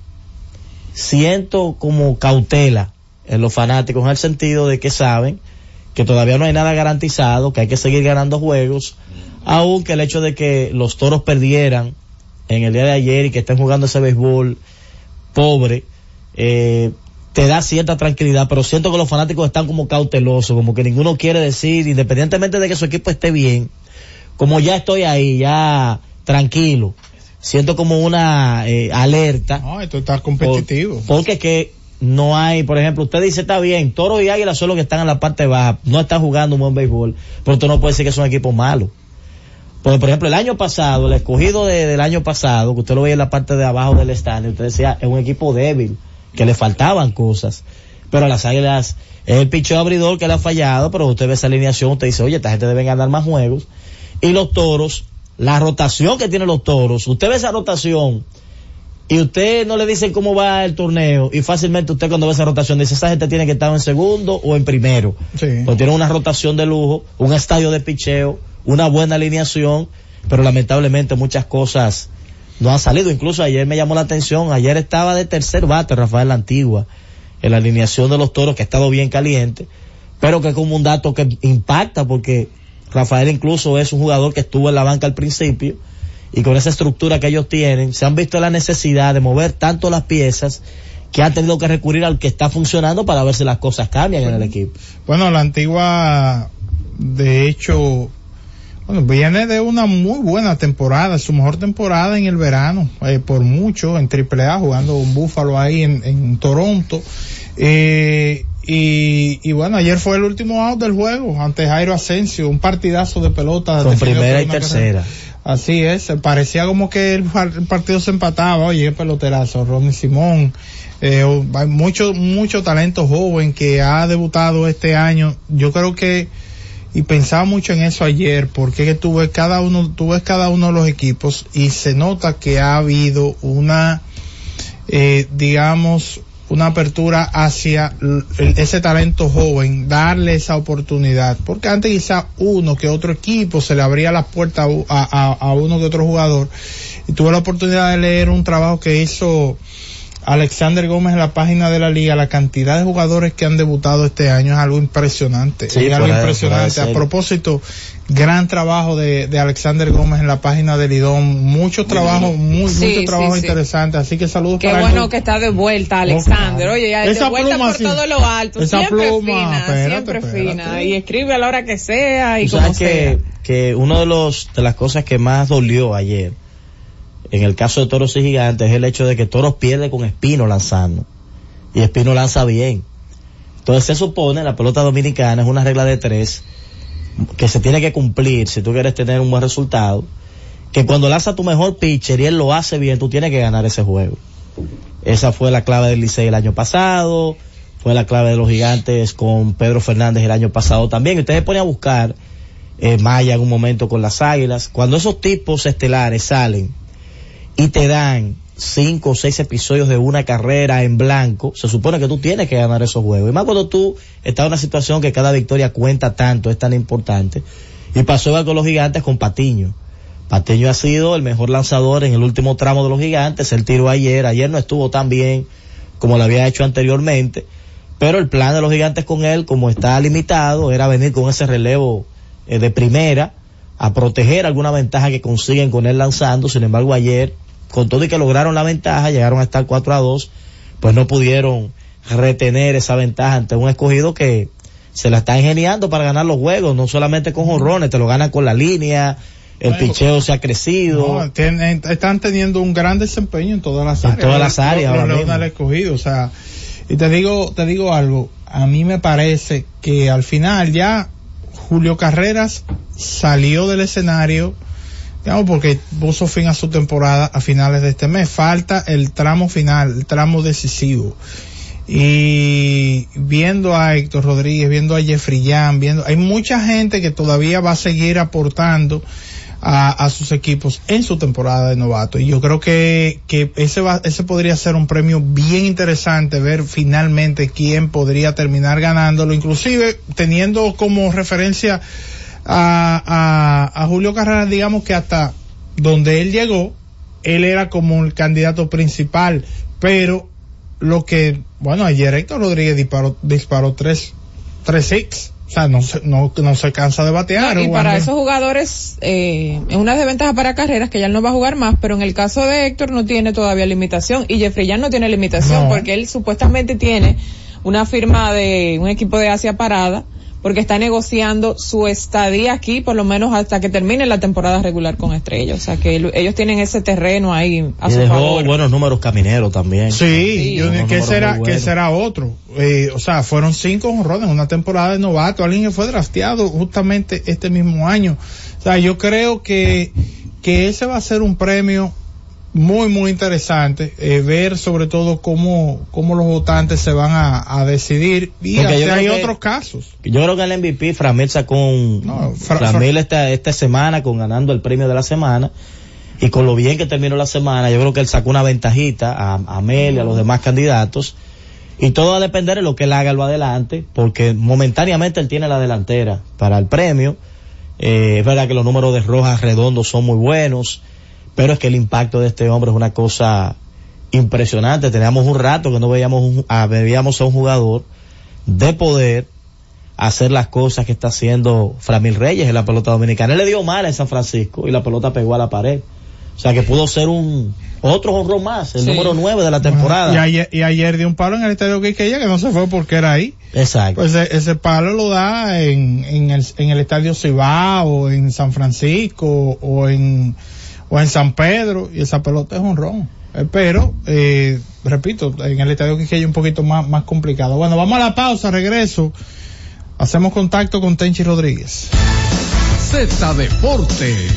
siento como cautela en los fanáticos en el sentido de que saben que todavía no hay nada garantizado, que hay que seguir ganando juegos, aunque el hecho de que los Toros perdieran en el día de ayer y que estén jugando ese béisbol pobre, te da cierta tranquilidad, pero siento que los fanáticos están como cautelosos, como que ninguno quiere decir, independientemente de que su equipo esté bien, como ya estoy ahí, ya tranquilo, siento como una alerta. No, esto está competitivo. Porque que no hay, por ejemplo, usted dice, está bien, Toros y Águilas son los que están en la parte baja, no están jugando un buen béisbol, pero usted no puede decir que son equipos malos. Porque, por ejemplo, el año pasado, el Escogido del año pasado, que usted lo veía en la parte de abajo del estadio, usted decía, es un equipo débil, que le faltaban cosas. Pero a las Águilas, es el picheo abridor que le ha fallado, pero usted ve esa alineación, usted dice, oye, esta gente debe ganar más juegos. Y los Toros, la rotación que tienen los Toros, usted ve esa rotación, y usted no le dicen cómo va el torneo, y fácilmente usted cuando ve esa rotación dice, esa gente tiene que estar en segundo o en primero. Sí. Pues tiene una rotación de lujo, un estadio de picheo, una buena alineación, pero lamentablemente muchas cosas no han salido. Incluso ayer me llamó la atención, ayer estaba de tercer bate Rafael La Antigua en la alineación de los Toros, que ha estado bien caliente, pero que como un dato que impacta, porque Rafael incluso es un jugador que estuvo en la banca al principio, y con esa estructura que ellos tienen, se han visto la necesidad de mover tanto las piezas que han tenido que recurrir al que está funcionando para ver si las cosas cambian en el equipo. Bueno, La Antigua, de hecho, viene de una muy buena temporada, su mejor temporada en el verano, por mucho, en AAA, jugando un Búfalo ahí en Toronto. Y bueno, ayer fue el último out del juego ante Jairo Asensio, un partidazo de pelota. Con primera y tercera. Así es, parecía como que el partido se empataba. Oye, qué peloterazo, Ronnie Simón, hay mucho talento joven que ha debutado este año. Yo creo que, y pensaba mucho en eso ayer, porque tú ves cada uno de los equipos y se nota que ha habido una, digamos, una apertura hacia ese talento joven, darle esa oportunidad, porque antes quizá uno que otro equipo se le abría las puertas a uno que otro jugador, y tuve la oportunidad de leer un trabajo que hizo Alexander Gómez en la página de la liga. La cantidad de jugadores que han debutado este año es algo impresionante. Sí, es algo impresionante. A propósito, gran trabajo de Alexander Gómez en la página de Lidón. Mucho trabajo, mucho trabajo interesante. Así que saludos para él. Qué bueno que está de vuelta, Alexander. Oye, ya de vuelta por todo lo alto. Esa siempre pluma, siempre fina. Y escribe a la hora que sea y como sea. Que uno de las cosas que más dolió ayer, en el caso de Toros y Gigantes, es el hecho de que Toros pierde con Espino lanzando. Y Espino lanza bien. Entonces se supone, la pelota dominicana es una regla de 3, que se tiene que cumplir si tú quieres tener un buen resultado, que cuando lanza tu mejor pitcher y él lo hace bien, tú tienes que ganar ese juego. Esa fue la clave del Licey el año pasado, fue la clave de los Gigantes con Pedro Fernández el año pasado también. Y ustedes se ponen a buscar Maya en un momento con las Águilas. Cuando esos tipos estelares salen y te dan 5 o 6 episodios de una carrera en blanco, se supone que tú tienes que ganar esos juegos. Y más cuando tú estás en una situación que cada victoria cuenta tanto, es tan importante. Y pasó igual con los Gigantes con Patiño. Patiño ha sido el mejor lanzador en el último tramo de los Gigantes. Él tiró ayer no estuvo tan bien como lo había hecho anteriormente, pero el plan de los Gigantes con él, como está limitado, era venir con ese relevo de primera a proteger alguna ventaja que consiguen con él lanzando. Sin embargo, ayer, con todo y que lograron la ventaja, llegaron a estar 4-2, pues no pudieron retener esa ventaja ante un Escogido que se la está ingeniando para ganar los juegos, no solamente con jonrones, te lo ganan con la línea, el picheo se ha crecido. No, están teniendo un gran desempeño en todas las áreas. En todas las áreas ahora mismo. Al Escogido, o sea, y te digo algo, a mí me parece que al final ya Julio Carreras salió del escenario, digamos, porque puso fin a su temporada a finales de este mes. Falta el tramo final, el tramo decisivo. Y viendo a Héctor Rodríguez, viendo a Jeffrey Young, hay mucha gente que todavía va a seguir aportando a sus equipos en su temporada de novato. Y yo creo que ese podría ser un premio bien interesante, ver finalmente quién podría terminar ganándolo, inclusive teniendo como referencia a Julio Carreras, digamos que hasta donde él llegó, él era como el candidato principal, pero ayer Héctor Rodríguez disparó 3-6. O sea, no se cansa de batear. No, y para esos jugadores, es una desventaja para Carreras, que ya no va a jugar más, pero en el caso de Héctor no tiene todavía limitación, y Jeffrey Young no tiene limitación, porque él supuestamente tiene una firma de un equipo de Asia parada, porque está negociando su estadía aquí, por lo menos hasta que termine la temporada regular con Estrella. O sea que ellos tienen ese terreno ahí a su favor. Buenos números Caminero también. Sí. ¿Qué será otro? O sea, fueron 5 jonrones en una temporada de novato. Alguien que fue drafteado justamente este mismo año. O sea, yo creo que ese va a ser un premio muy, muy interesante, ver sobre todo cómo los votantes se van a decidir, y hay otros casos. Yo creo que el MVP, Framil sacó Framil esta semana con ganando el premio de la semana, y con lo bien que terminó la semana, yo creo que él sacó una ventajita a Mel y a los demás candidatos, y todo va a depender de lo que él haga lo adelante, porque momentáneamente él tiene la delantera para el premio. Es verdad que los números de Rojas redondos son muy buenos, pero es que el impacto de este hombre es una cosa impresionante. Teníamos un rato que no veíamos a un jugador de poder hacer las cosas que está haciendo Framil Reyes en la pelota dominicana. Él le dio mal en San Francisco y la pelota pegó a la pared. O sea que pudo ser otro jonrón más, el número 9 de la temporada. Y ayer dio un palo en el estadio Quiqueya, que no se fue porque era ahí. Exacto. Pues ese palo lo da en el estadio Cibao, en San Francisco, o en San Pedro, y esa pelota es jonrón. Pero, repito, en el estadio Quiqueya un poquito más complicado. Bueno, vamos a la pausa, regreso. Hacemos contacto con Tenchi Rodríguez. Z Deportes.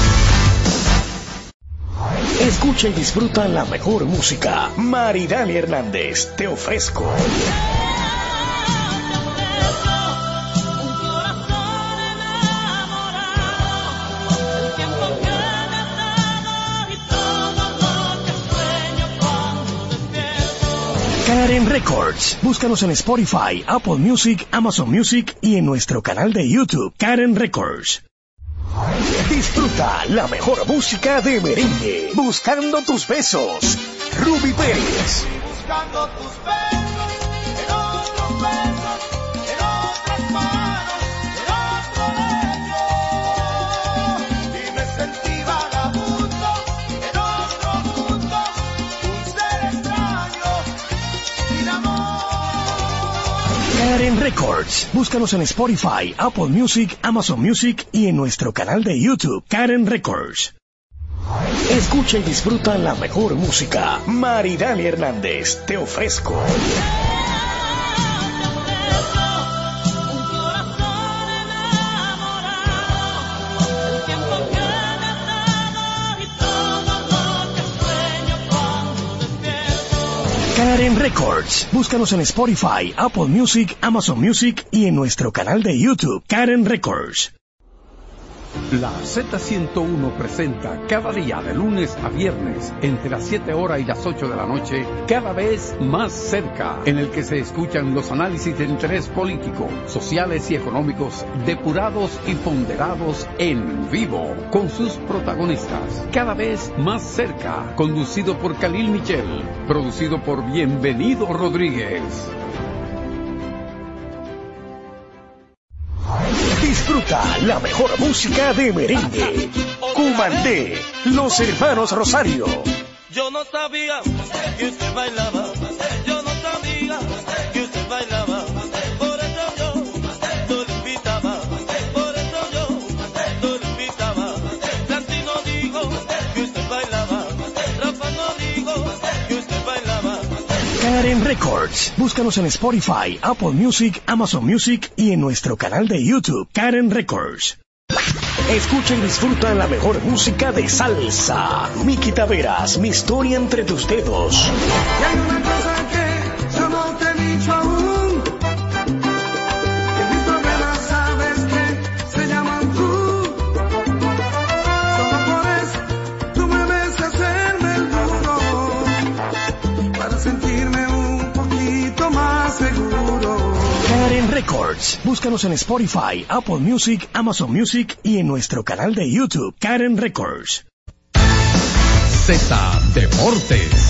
Escucha y disfruta la mejor música. Maridani Hernández, te ofrezco. Karen Records. Búscanos en Spotify, Apple Music, Amazon Music y en nuestro canal de YouTube, Karen Records. Disfruta la mejor música de merengue. Buscando tus besos. Ruby Pérez. Buscando tus besos, en otros besos, en otras manos, en otro lecho. Y me sentí vagabundo, en otro mundo, un ser extraño, sin amor. Karen Records. Búscanos en Spotify, Apple Music, Amazon Music y en nuestro canal de YouTube, Karen Records. Escucha y disfruta la mejor música. Maridani Hernández, te ofrezco. Karen Records. Búscanos en Spotify, Apple Music, Amazon Music y en nuestro canal de YouTube, Karen Records. La Z101 presenta cada día de lunes a viernes entre las 7 horas y las 8 de la noche, Cada Vez Más Cerca, en el que se escuchan los análisis de interés político, sociales y económicos depurados y ponderados en vivo con sus protagonistas. Cada Vez Más Cerca, conducido por Khalil Michel, producido por Bienvenido Rodríguez. Disfruta la mejor música de merengue. Cumandé, los hermanos Rosario. Yo no sabía que usted bailaba, yo no sabía que usted bailaba, por eso yo lo invitaba, por eso yo lo invitaba. Santino dijo que usted bailaba, Rafa no dijo que usted bailaba. Karen Records. Búscanos en Spotify, Apple Music, Amazon Music y en nuestro canal de YouTube, Karen Records. Escucha y disfruta la mejor música de salsa. Miki Taveras, mi historia entre tus dedos. Y hay una cosa que yo no te he dicho aún, que mis problemas sabes que se llaman tú. Solo por eso tú me ves hacerme el duro, para sentirme un poquito más seguro. Karen Records. Búscanos en Spotify, Apple Music, Amazon Music y en nuestro canal de YouTube, Karen Records. Z Deportes.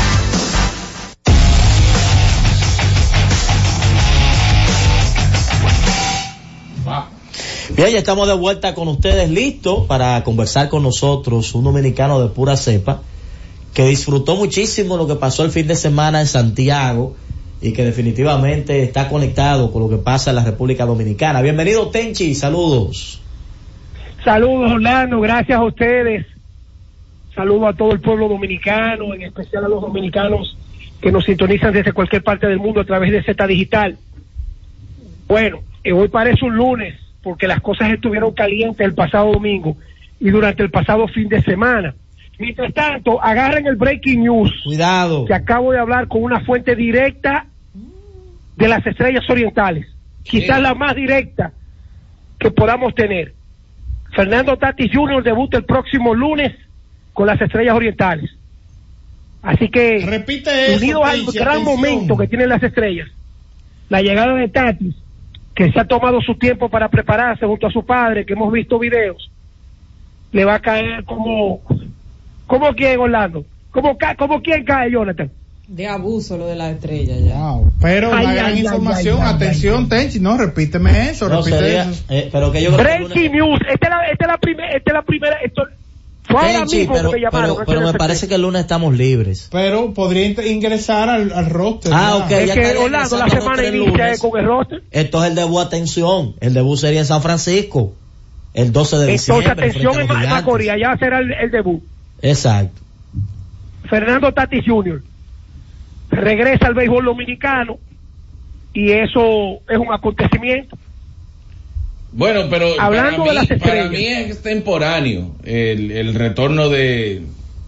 Bien, ya estamos de vuelta con ustedes, listos para conversar con nosotros, un dominicano de pura cepa, que disfrutó muchísimo lo que pasó el fin de semana en Santiago y que definitivamente está conectado con lo que pasa en la República Dominicana. Bienvenido, Tenchi, saludos. Saludos, Orlando, gracias a ustedes. Saludos a todo el pueblo dominicano, en especial a los dominicanos que nos sintonizan desde cualquier parte del mundo a través de Z Digital. Bueno, hoy parece un lunes, porque las cosas estuvieron calientes el pasado domingo y durante el pasado fin de semana. Mientras tanto, agarren el breaking news. Cuidado. Que acabo de hablar con una fuente directa de las Estrellas Orientales. Quizás la más directa que podamos tener. Fernando Tatis Jr. debuta el próximo lunes con las Estrellas Orientales. Así que, repite eso, unido al gran momento que tienen las Estrellas, la llegada de Tatis, que se ha tomado su tiempo para prepararse junto a su padre, que hemos visto videos, le va a caer como quién, Orlando, como quién cae, Jonathan. De abuso lo de la estrella ya. Wow. Pero una gran información, atención, Tenchi, no, repíteme eso, no, sería, pero que yo breaking news, esta es la primera, esto fue ahora mismo que me llamaron. Pero me parece que el lunes estamos libres. Pero podría ingresar al roster. Ok. Es que Orlando la semana inicia con el roster. Esto es el debut, atención, el debut sería en San Francisco, el 12 de diciembre. Entonces, atención en Macorís, allá será el debut. Exacto. Fernando Tatis Jr. regresa al béisbol dominicano y eso es un acontecimiento. Bueno, pero hablando de las estrellas, para mí es extemporáneo el retorno de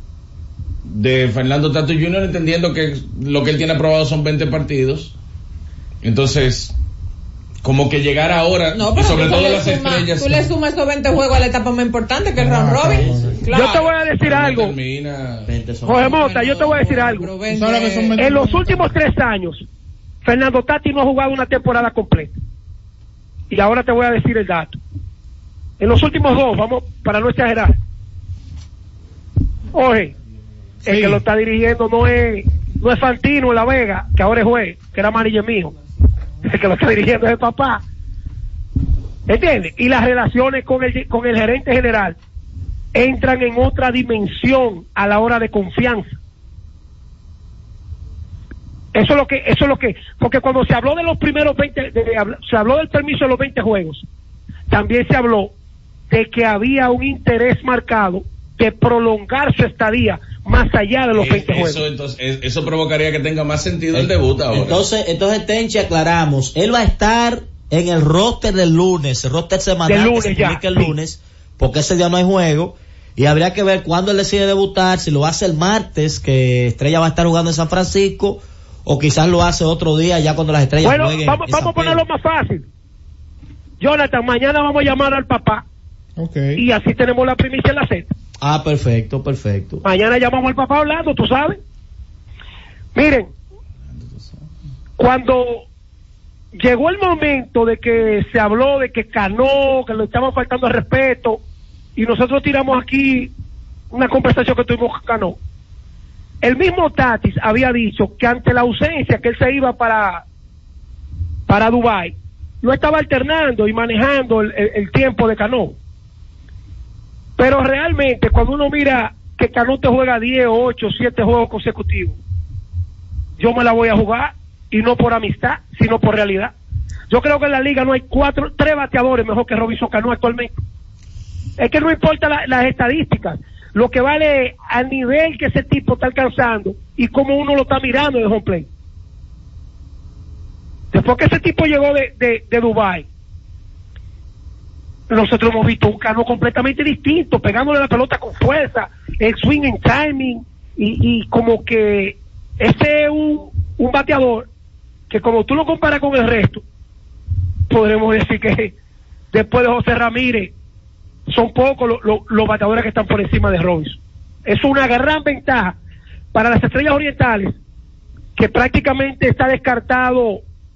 Fernando Tatis Jr., entendiendo que lo que él tiene aprobado son 20 partidos. Entonces, como que llegar ahora, no, pero sobre todo las estrellas. Tú le sumas esos 20 juegos a la etapa más importante, que es el round robin. Claro. Yo te voy a decir algo. Jorge Mota, yo te voy a decir algo. En los últimos 3 años, Fernando Tatis no ha jugado una temporada completa. Y ahora te voy a decir el dato. En los últimos 2, vamos, para no exagerar. Oye, el que lo está dirigiendo no es Fantino en La Vega, que ahora es juez, que era manager mío. El que lo está dirigiendo es el papá. ¿Entiendes? Y las relaciones con el gerente general entran en otra dimensión a la hora de confianza. Eso es lo que, porque cuando se habló de los primeros 20, se habló del permiso de los 20 juegos, también se habló de que había un interés marcado de prolongar su estadía más allá de los 20 juegos. Entonces, eso provocaría que tenga más sentido el debut ahora. Entonces Tenchi, aclaramos, él va a estar en el roster del lunes, el roster semanal que se publica el lunes, porque ese día no hay juego, y habría que ver cuándo él decide debutar, si lo hace el martes, que Estrella va a estar jugando en San Francisco, o quizás lo hace otro día ya cuando las estrellas jueguen. Vamos a ponerlo más fácil. Jonathan, mañana vamos a llamar al papá. Y así tenemos la primicia en la Z. Perfecto. Mañana llamamos al papá hablando, tú sabes. Miren, cuando llegó el momento de que se habló de que Cano, que le estaban faltando el respeto, y nosotros tiramos aquí una conversación que tuvimos con Cano, el mismo Tatis había dicho que ante la ausencia, que él se iba para Dubái, lo estaba alternando y manejando el tiempo de Cano. Pero realmente cuando uno mira que Cano te juega 10, 8, 7 juegos consecutivos, yo me la voy a jugar, y no por amistad, sino por realidad. Yo creo que en la liga no hay 3 bateadores mejor que Robinson Cano actualmente. Es que no importa las estadísticas, lo que vale al nivel que ese tipo está alcanzando y cómo uno lo está mirando en el home play. Después que ese tipo llegó de Dubái, nosotros hemos visto un Cano completamente distinto, pegándole la pelota con fuerza, el swing en timing, y como que ese es un bateador que, como tú lo comparas con el resto, podremos decir que después de José Ramírez son pocos los bateadores que están por encima de Robinson. Es una gran ventaja para las Estrellas Orientales, que prácticamente está descartado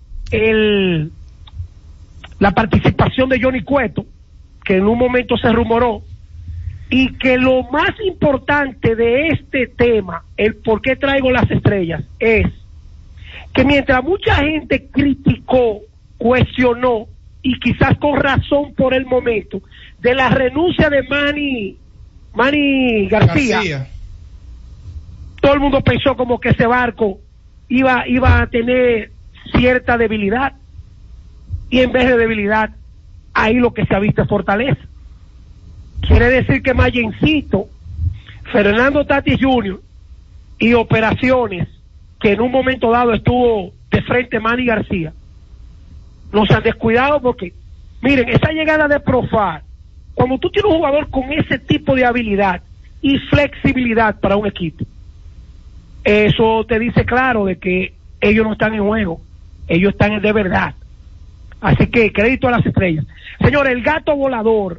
la participación de Johnny Cueto, que en un momento se rumoró, y que lo más importante de este tema, el por qué traigo las estrellas, es que mientras mucha gente criticó, cuestionó, y quizás con razón por el momento, de la renuncia de Manny García, todo el mundo pensó como que ese barco iba a tener cierta debilidad, y en vez de debilidad, ahí lo que se ha visto es fortaleza. Quiere decir que Mayencito, Fernando Tatis Jr. y operaciones que en un momento dado estuvo de frente Manny García, nos han descuidado, porque miren, esa llegada de Profar, cuando tú tienes un jugador con ese tipo de habilidad y flexibilidad para un equipo, eso te dice claro de que ellos no están en juego, ellos están de verdad. Así que crédito a las estrellas. Señores, el gato volador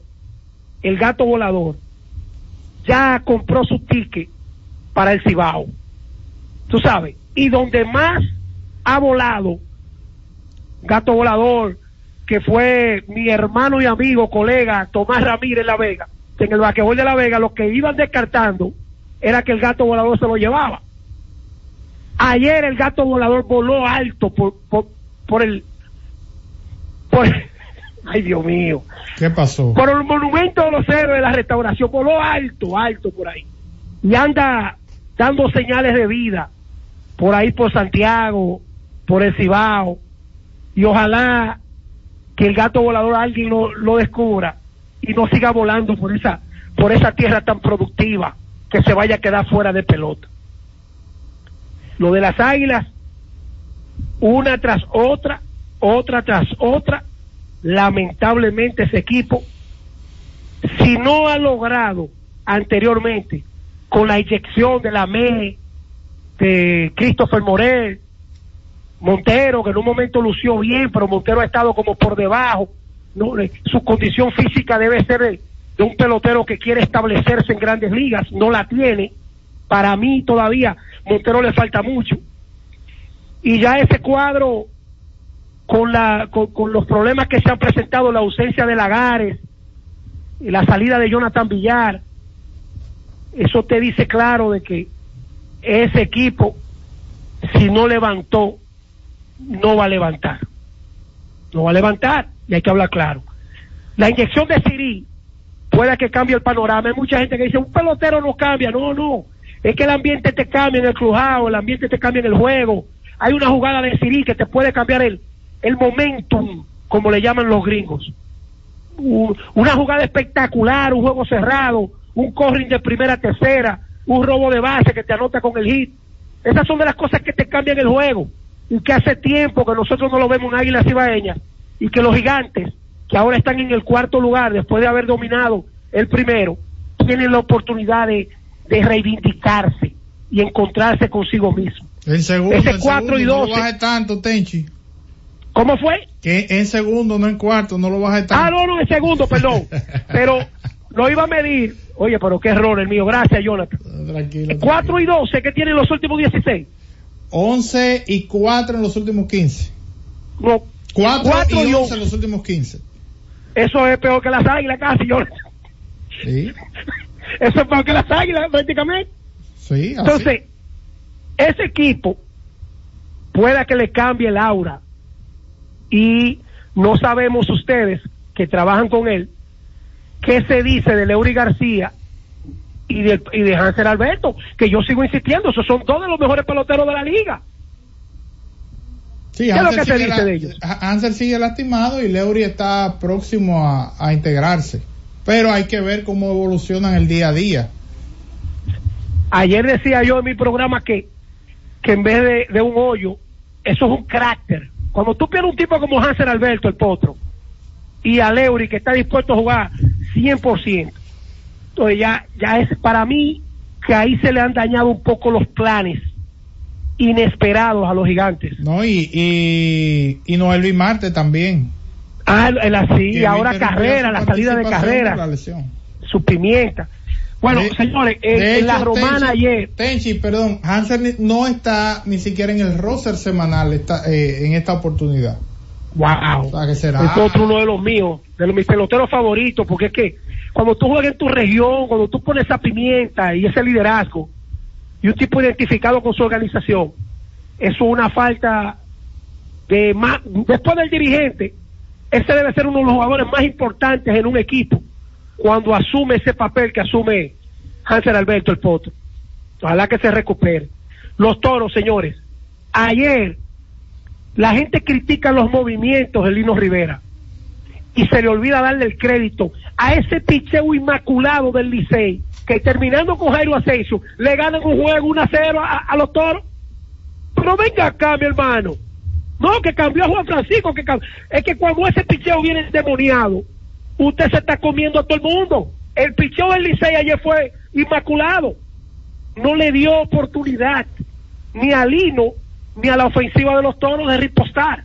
ya compró su ticket para el Cibao, tú sabes, y donde más ha volado, gato volador, que fue mi hermano y amigo, colega Tomás Ramírez La Vega, que en el basquetbol de La Vega lo que iban descartando era que el gato volador se lo llevaba. Ayer el gato volador voló alto por el ay, Dios mío. ¿Qué pasó? Por el monumento de los héroes de la Restauración, voló alto por ahí. Y anda dando señales de vida por ahí, por Santiago, por el Cibao. Y ojalá que el gato volador alguien lo descubra y no siga volando por esa tierra tan productiva, que se vaya a quedar fuera de pelota. Lo de las Águilas, una tras otra, lamentablemente ese equipo, si no ha logrado anteriormente con la inyección de la ME, de Christopher Morel, Montero, que en un momento lució bien, pero Montero ha estado como por debajo, ¿no? Su condición física debe ser de un pelotero que quiere establecerse en Grandes Ligas, no la tiene. Para mí todavía Montero le falta mucho, y ya ese cuadro, con los problemas que se han presentado, la ausencia de Lagares, la salida de Jonathan Villar, eso te dice claro de que ese equipo, si no levantó, no va a levantar, y hay que hablar claro. La inyección de Siri puede que cambie el panorama. Hay mucha gente que dice, un pelotero no cambia. No, es que el ambiente te cambia en el crujado, el ambiente te cambia en el juego. Hay una jugada de Siri que te puede cambiar el momentum, como le llaman los gringos. Una jugada espectacular, un juego cerrado, un corring de primera a tercera, un robo de base que te anota con el hit. Esas son de las cosas que te cambian el juego, y que hace tiempo que nosotros no lo vemos en Águilas Cibaeñas, y que los Gigantes, que ahora están en el 4º lugar después de haber dominado el primero, tienen la oportunidad de reivindicarse y encontrarse consigo mismo. En segundo, ese 4 y 12. No lo baje tanto, Tenchi. ¿Cómo fue? Que en segundo, no en cuarto, no lo baje tanto. No, en segundo, perdón. Pero lo iba a medir. Oye, pero qué error el mío. Gracias, Jonathan. Tranquilo. 4 y 12, ¿qué tienen los últimos 16? 11 y 4 en los últimos 15. No. 4 y 11 en los últimos 15. Eso es peor que las Águilas casi, Jonathan. Sí. Eso es peor que las Águilas prácticamente. Sí, así. Entonces, ese equipo pueda que le cambie el aura, y no sabemos ustedes que trabajan con él qué se dice de Leury García y de Hansel Alberto, que yo sigo insistiendo, esos son dos de los mejores peloteros de la liga. Sí, ¿Qué es lo que se dice de ellos? Hansel sigue lastimado y Leury está próximo a integrarse, pero hay que ver cómo evolucionan el día a día. Ayer decía yo en mi programa que en vez de un hoyo, eso es un cráter. Cuando tú pierdes un tipo como Hansel Alberto, el potro, y a Leury, que está dispuesto a jugar 100%, entonces ya es para mí que ahí se le han dañado un poco los planes inesperados a los Gigantes. No, y Noelvi Marte también. Y ahora Carrera, la salida de Carrera, su Pimienta. Bueno, señores, en la Romana ayer... Tenchi, perdón, Hansel no está ni siquiera en el roster semanal en esta oportunidad. Wow. O sea, que será... Es otro uno de los míos, de mis peloteros favoritos, porque es que cuando tú juegas en tu región, cuando tú pones esa pimienta y ese liderazgo, y un tipo identificado con su organización, eso es una falta de más... Después del dirigente, ese debe ser uno de los jugadores más importantes en un equipo, cuando asume ese papel que asume Hansel Alberto, el potro. Ojalá que se recupere. Los Toros, señores, ayer la gente critica los movimientos de Lino Rivera y se le olvida darle el crédito a ese picheo inmaculado del Licey, que terminando con Jairo Asensio le ganan un juego 1-0 a los Toros. Pero venga acá, mi hermano, no, que cambió a Juan Francisco, es que cuando ese picheo viene endemoniado, usted se está comiendo a todo el mundo. El picheo del Licey ayer fue inmaculado. No le dio oportunidad ni a Lino ni a la ofensiva de los Toros de ripostar.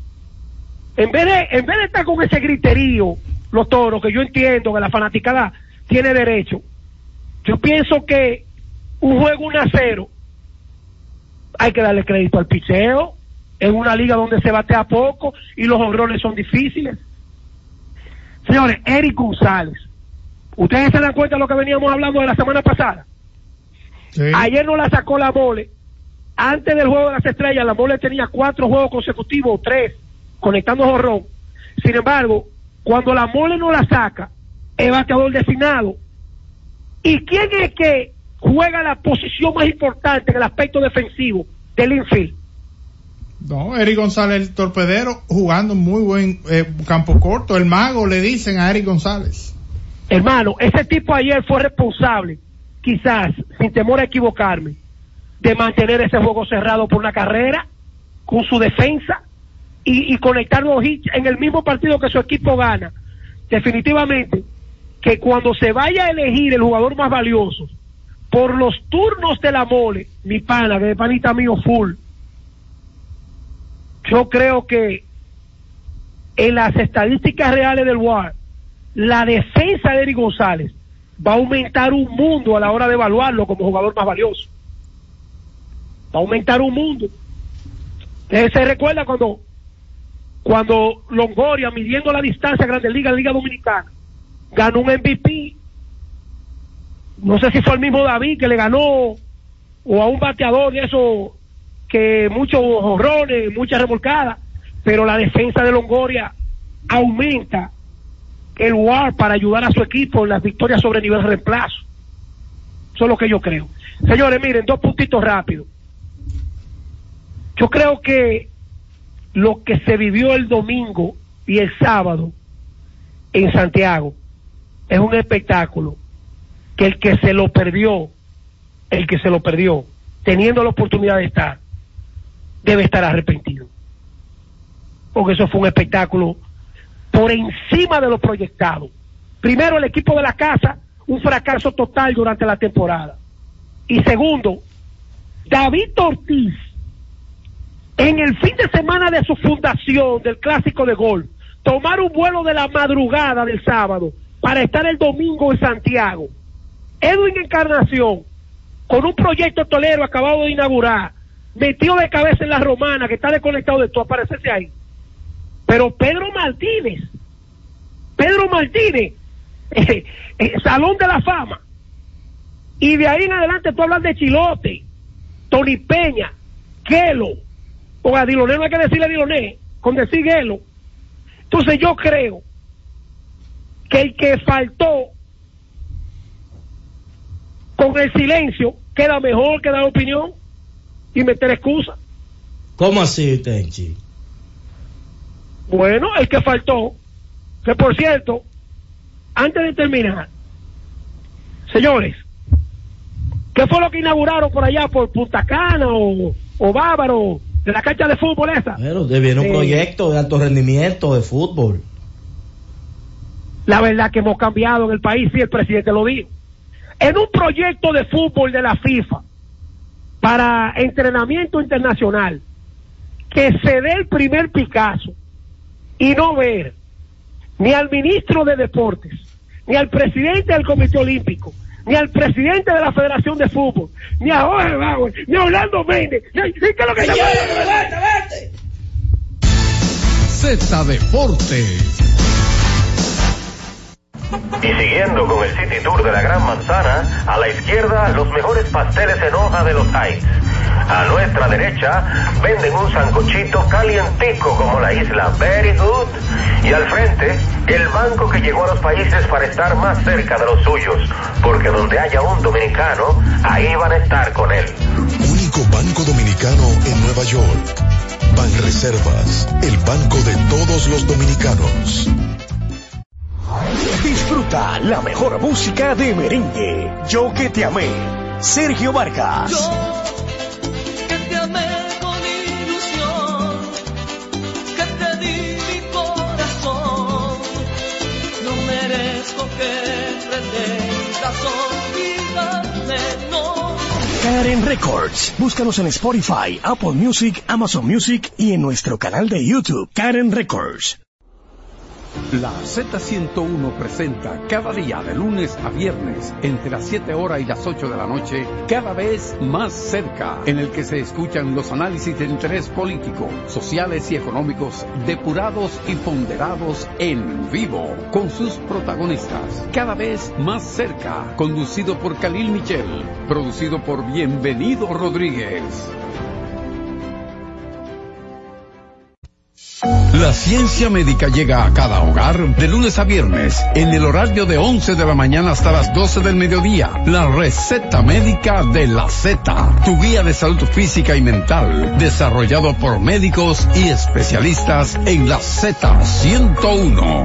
En vez de estar con ese griterío, los Toros, que yo entiendo que la fanaticada tiene derecho, yo pienso que un juego 1-0 hay que darle crédito al picheo en una liga donde se batea poco y los jonrones son difíciles. Señores, Eric González, ustedes se dan cuenta de lo que veníamos hablando de la semana pasada. Sí. Ayer no la sacó la Mole. Antes del juego de las estrellas, la Mole tenía 4 juegos consecutivos, 3, conectando jonrón. Sin embargo, cuando la Mole no la saca, es bateador designado. ¿Y quién es que juega la posición más importante en el aspecto defensivo del infield? No, Eric González, el torpedero, jugando muy buen campo corto. El mago, le dicen a Eric González. Hermano, ese tipo ayer fue responsable, quizás, sin temor a equivocarme, de mantener ese juego cerrado por una carrera, con su defensa, y conectar los hits en el mismo partido que su equipo gana. Definitivamente, que cuando se vaya a elegir el jugador más valioso, por los turnos de la Mole, mi pana, que es panita mío full, yo creo que en las estadísticas reales del WAR, la defensa de Eric González va a aumentar un mundo a la hora de evaluarlo como jugador más valioso. Va a aumentar un mundo. Se recuerda cuando Longoria, midiendo la distancia Grandes Ligas, Liga Dominicana, ganó un MVP. No sé si fue el mismo David que le ganó, o a un bateador de eso, que muchos jonrones, muchas remolcadas, pero la defensa de Longoria aumenta el WAR para ayudar a su equipo en las victorias sobre nivel reemplazo. Eso es lo que yo creo. Señores, miren, 2 puntitos rápidos. Yo creo que lo que se vivió el domingo y el sábado en Santiago es un espectáculo que el que se lo perdió, teniendo la oportunidad de estar, debe estar arrepentido, porque eso fue un espectáculo por encima de lo proyectado. Primero, el equipo de la casa, un fracaso total durante la temporada, y segundo, David Ortiz en el fin de semana de su fundación del Clásico de Golf, tomar un vuelo de la madrugada del sábado para estar el domingo en Santiago. Edwin Encarnación, con un proyecto tolero acabado de inaugurar, metido de cabeza en la Romana, que está desconectado de todo, aparecerse ahí. Pero Pedro Martínez, Salón de la Fama, y de ahí en adelante tú hablas de Chilote, Tony Peña, Gelo, o a Diloné no hay que decirle Diloné, con decir Gelo. Entonces yo creo que el que faltó con el silencio queda mejor que dar opinión y meter excusa. ¿Cómo así, Tenchi? Bueno, el que faltó, que por cierto, antes de terminar, señores, ¿qué fue lo que inauguraron por allá, por Punta Cana o Bávaro, de la cancha de fútbol esa? Bueno, viene un proyecto de alto rendimiento de fútbol. La verdad que hemos cambiado en el país, sí, el presidente lo dijo. En un proyecto de fútbol de la FIFA para entrenamiento internacional, que se dé el primer Picasso y no ver ni al ministro de Deportes, ni al presidente del Comité Olímpico, ni al presidente de la Federación de Fútbol, ni a Jorge Bauer, ni a Orlando Méndez, ni ¿qué es lo que vete! Z Deportes. Y siguiendo con el City Tour de la Gran Manzana, a la izquierda los mejores pasteles en hoja de los Heights. A nuestra derecha venden un sancochito calientico como la isla Very Good. Y al frente, el banco que llegó a los países para estar más cerca de los suyos, porque donde haya un dominicano, ahí van a estar con él. Único banco dominicano en Nueva York. Banreservas, el banco de todos los dominicanos. Disfruta la mejor música de merengue. Yo que te amé, Sergio Vargas. Yo que te amé con ilusión, que te di mi corazón, no merezco que pretendas olvidarme, no. Karen Records. Búscanos en Spotify, Apple Music, Amazon Music y en nuestro canal de YouTube, Karen Records. La Z101 presenta cada día de lunes a viernes entre las 7 horas y las 8 de la noche, Cada Vez Más Cerca, en el que se escuchan los análisis de interés político, sociales y económicos depurados y ponderados en vivo con sus protagonistas. Cada Vez Más Cerca, conducido por Khalil Michel, producido por Bienvenido Rodríguez. La ciencia médica llega a cada hogar de lunes a viernes en el horario de 11 de la mañana hasta las 12 del mediodía. La receta médica de la Z, tu guía de salud física y mental, desarrollado por médicos y especialistas en la Z101.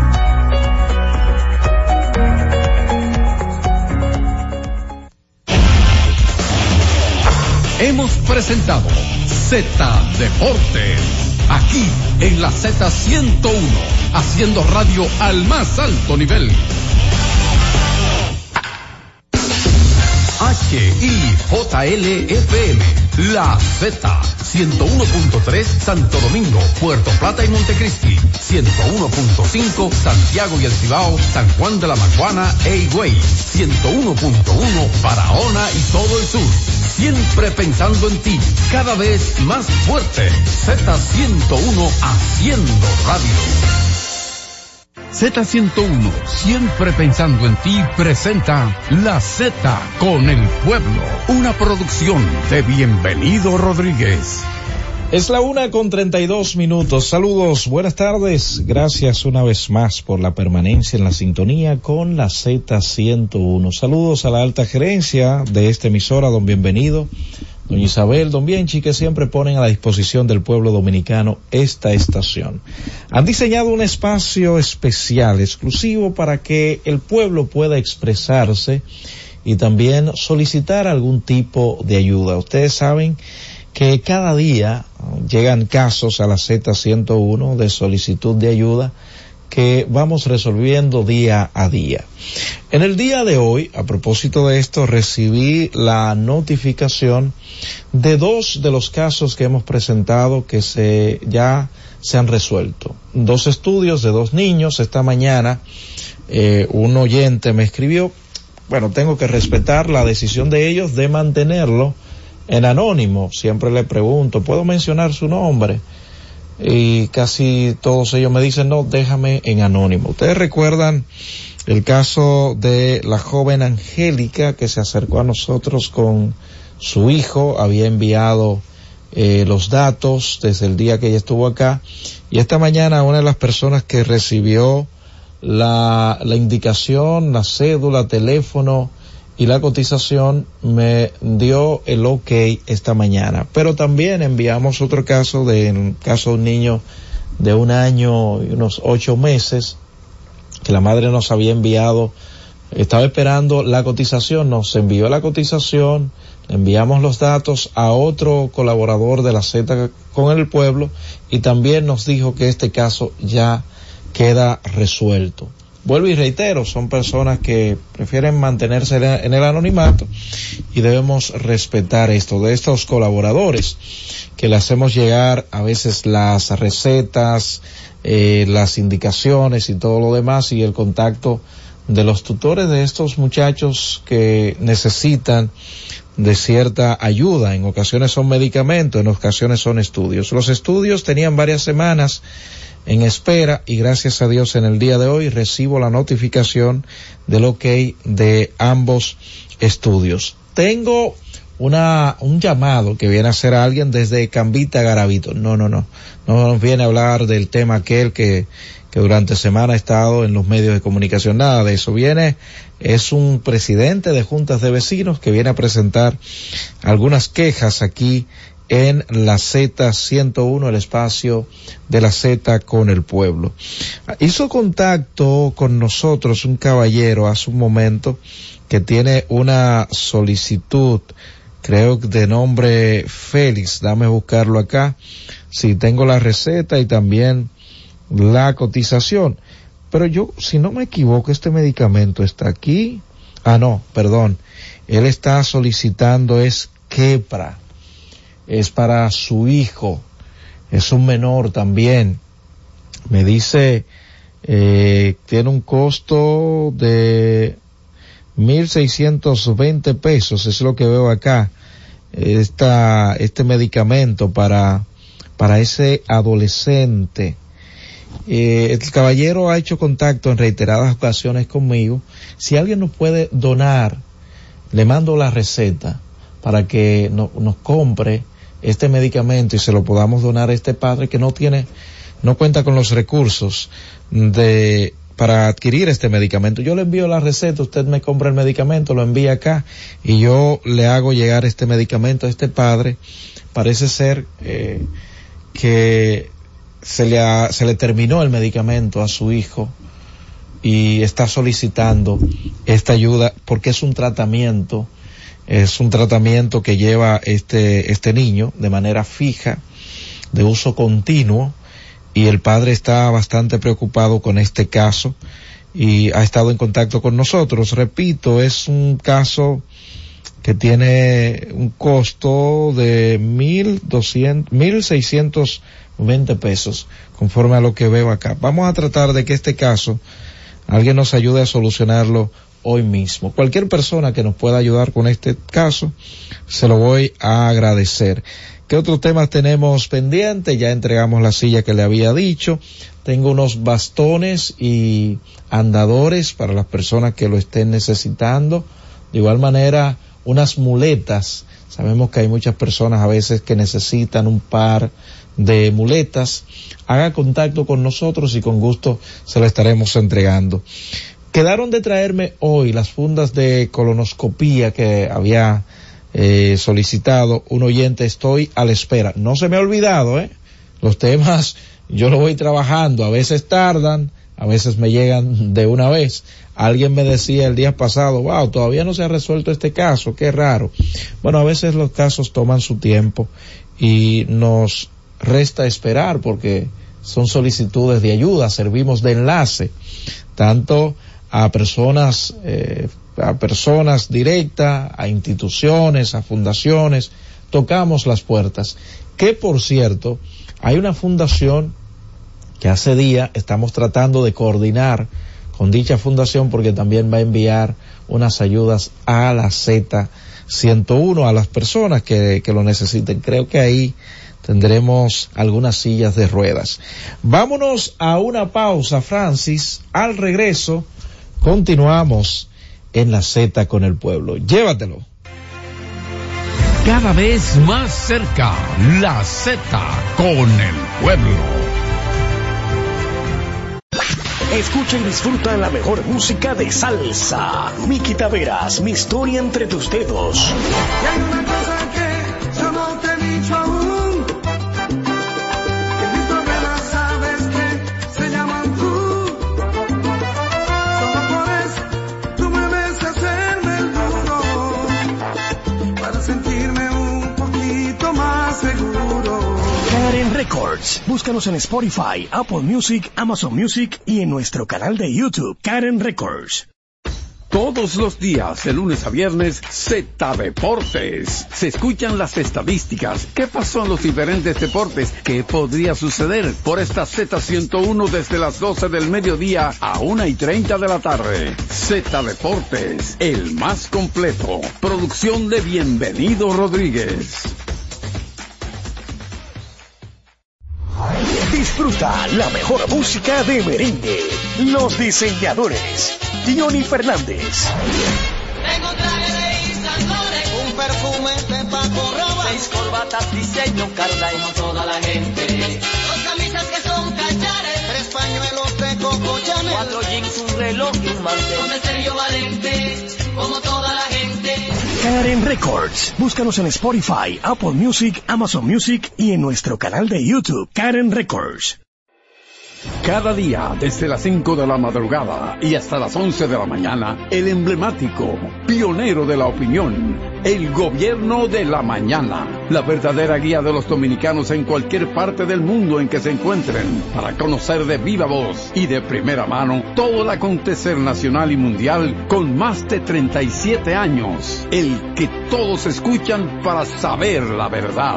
Hemos presentado Z Deportes. Aquí en la Z101, haciendo radio al más alto nivel. HIJLFM, la Z, 101.3 Santo Domingo, Puerto Plata y Montecristi, 101.5 Santiago y El Cibao, San Juan de la Maguana e Higüey, 101.1 Barahona y todo el sur. Siempre pensando en ti, cada vez más fuerte. Z101 haciendo radio. Z101, siempre pensando en ti, presenta La Z con el pueblo, una producción de Bienvenido Rodríguez. Es la 1:32. Saludos, buenas tardes. Gracias una vez más por la permanencia en la sintonía con la Z101. Saludos a la alta gerencia de esta emisora, don Bienvenido, doña Isabel, don Bienchi, que siempre ponen a la disposición del pueblo dominicano esta estación. Han diseñado un espacio especial, exclusivo, para que el pueblo pueda expresarse y también solicitar algún tipo de ayuda. Ustedes saben que cada día llegan casos a la Z101 de solicitud de ayuda que vamos resolviendo día a día. En el día de hoy, a propósito de esto, recibí la notificación de 2 de los casos que hemos presentado que ya se han resuelto. 2 estudios de 2 niños. Esta mañana un oyente me escribió, bueno, tengo que respetar la decisión de ellos de mantenerlo en anónimo. Siempre le pregunto, ¿puedo mencionar su nombre? Y casi todos ellos me dicen, no, déjame en anónimo. Ustedes recuerdan el caso de la joven Angélica que se acercó a nosotros con su hijo, había enviado los datos desde el día que ella estuvo acá, y esta mañana una de las personas que recibió la indicación, la cédula, teléfono y la cotización me dio el ok esta mañana. Pero también enviamos otro caso un caso de un niño de 1 año y unos 8 meses que la madre nos había enviado, estaba esperando la cotización, nos envió la cotización, enviamos los datos a otro colaborador de la Z con el pueblo y también nos dijo que este caso ya queda resuelto. Vuelvo y reitero, son personas que prefieren mantenerse en el anonimato y debemos respetar esto de estos colaboradores que le hacemos llegar a veces las recetas, las indicaciones y todo lo demás, y el contacto de los tutores de estos muchachos que necesitan de cierta ayuda. En ocasiones son medicamentos, en ocasiones son estudios. Los estudios tenían varias semanas en espera y gracias a Dios en el día de hoy recibo la notificación del ok de ambos estudios. Tengo un llamado que viene a hacer a alguien desde Cambita Garavito. No nos viene a hablar del tema aquel que durante semana ha estado en los medios de comunicación, nada de eso. Es un presidente de juntas de vecinos que viene a presentar algunas quejas aquí en la Z101, el espacio de la Z con el pueblo. Hizo contacto con nosotros un caballero hace un momento que tiene una solicitud, creo que de nombre Félix, dame buscarlo acá, sí, tengo la receta y también la cotización, pero yo, si no me equivoco, este medicamento está aquí, él está solicitando es Quepra, es para su hijo, es un menor también, me dice, tiene un costo de 1,620 pesos, es lo que veo acá, este medicamento para ese adolescente. El caballero ha hecho contacto en reiteradas ocasiones conmigo. Si alguien nos puede donar, le mando la receta para que nos compre este medicamento y se lo podamos donar a este padre que no cuenta con los recursos para adquirir este medicamento. Yo le envío la receta, usted me compra el medicamento, lo envía acá y yo le hago llegar este medicamento a este padre. Parece ser que se le terminó el medicamento a su hijo y está solicitando esta ayuda porque es un tratamiento que lleva este niño de manera fija, de uso continuo, y el padre está bastante preocupado con este caso y ha estado en contacto con nosotros. Repito, es un caso que tiene un costo de 1,620 pesos, conforme a lo que veo acá. Vamos a tratar de que este caso alguien nos ayude a solucionarlo hoy mismo. Cualquier persona que nos pueda ayudar con este caso, se lo voy a agradecer. ¿Qué otros temas tenemos pendientes? Ya entregamos la silla que le había dicho. Tengo unos bastones y andadores para las personas que lo estén necesitando. De igual manera, unas muletas. Sabemos que hay muchas personas a veces que necesitan un par de muletas. Haga contacto con nosotros y con gusto se la estaremos entregando. Quedaron de traerme hoy las fundas de colonoscopía que había solicitado un oyente. Estoy a la espera. No se me ha olvidado, los temas yo los voy trabajando, a veces tardan, a veces me llegan de una vez. Alguien me decía el día pasado, wow, todavía no se ha resuelto este caso, qué raro. Bueno, a veces los casos toman su tiempo y nos resta esperar porque son solicitudes de ayuda, servimos de enlace, tanto a personas directas, a instituciones, a fundaciones, tocamos las puertas. Que por cierto, hay una fundación que hace días estamos tratando de coordinar con dicha fundación porque también va a enviar unas ayudas a la Z101 a las personas que lo necesiten. Creo que ahí tendremos algunas sillas de ruedas. Vámonos a una pausa, Francis. Al regreso continuamos en la Z con el pueblo. Llévatelo. Cada vez más cerca, la Z con el pueblo. Escucha y disfruta la mejor música de salsa. Miki Taveras, mi historia entre tus dedos. Y hay una cosa que yo no te he dicho aún, que mis novelas sabes que se llaman tú. Solo por eso tú me ves hacerme el duro, para sentirme un poquito más seguro. Karen Records. Búscanos en Spotify, Apple Music, Amazon Music y en nuestro canal de YouTube, Karen Records. Todos los días, de lunes a viernes, Z Deportes. Se escuchan las estadísticas. ¿Qué pasó en los diferentes deportes? ¿Qué podría suceder? Por esta Z101 desde las 12 del mediodía a 1:30 de la tarde. Z Deportes, el más completo. Producción de Bienvenido Rodríguez. Disfruta la mejor música de merengue. Los diseñadores. Johnny Fernández. Tengo traje de Yves Saint, un perfume de Paco Rabanne, 6 corbatas diseño Carla como toda la gente, 2 camisas que son cachares, 3 pañuelos de Coco Chanel, 4 jeans, un reloj y un mantel, con el Sergio Valente como toda la gente. Karen Records. Búscanos en Spotify, Apple Music, Amazon Music y en nuestro canal de YouTube, Karen Records. Cada día, desde las 5 de la madrugada y hasta las 11 de la mañana, el emblemático, pionero de la opinión, el gobierno de la mañana, la verdadera guía de los dominicanos en cualquier parte del mundo en que se encuentren, para conocer de viva voz y de primera mano todo el acontecer nacional y mundial con más de 37 años, el que todos escuchan para saber la verdad.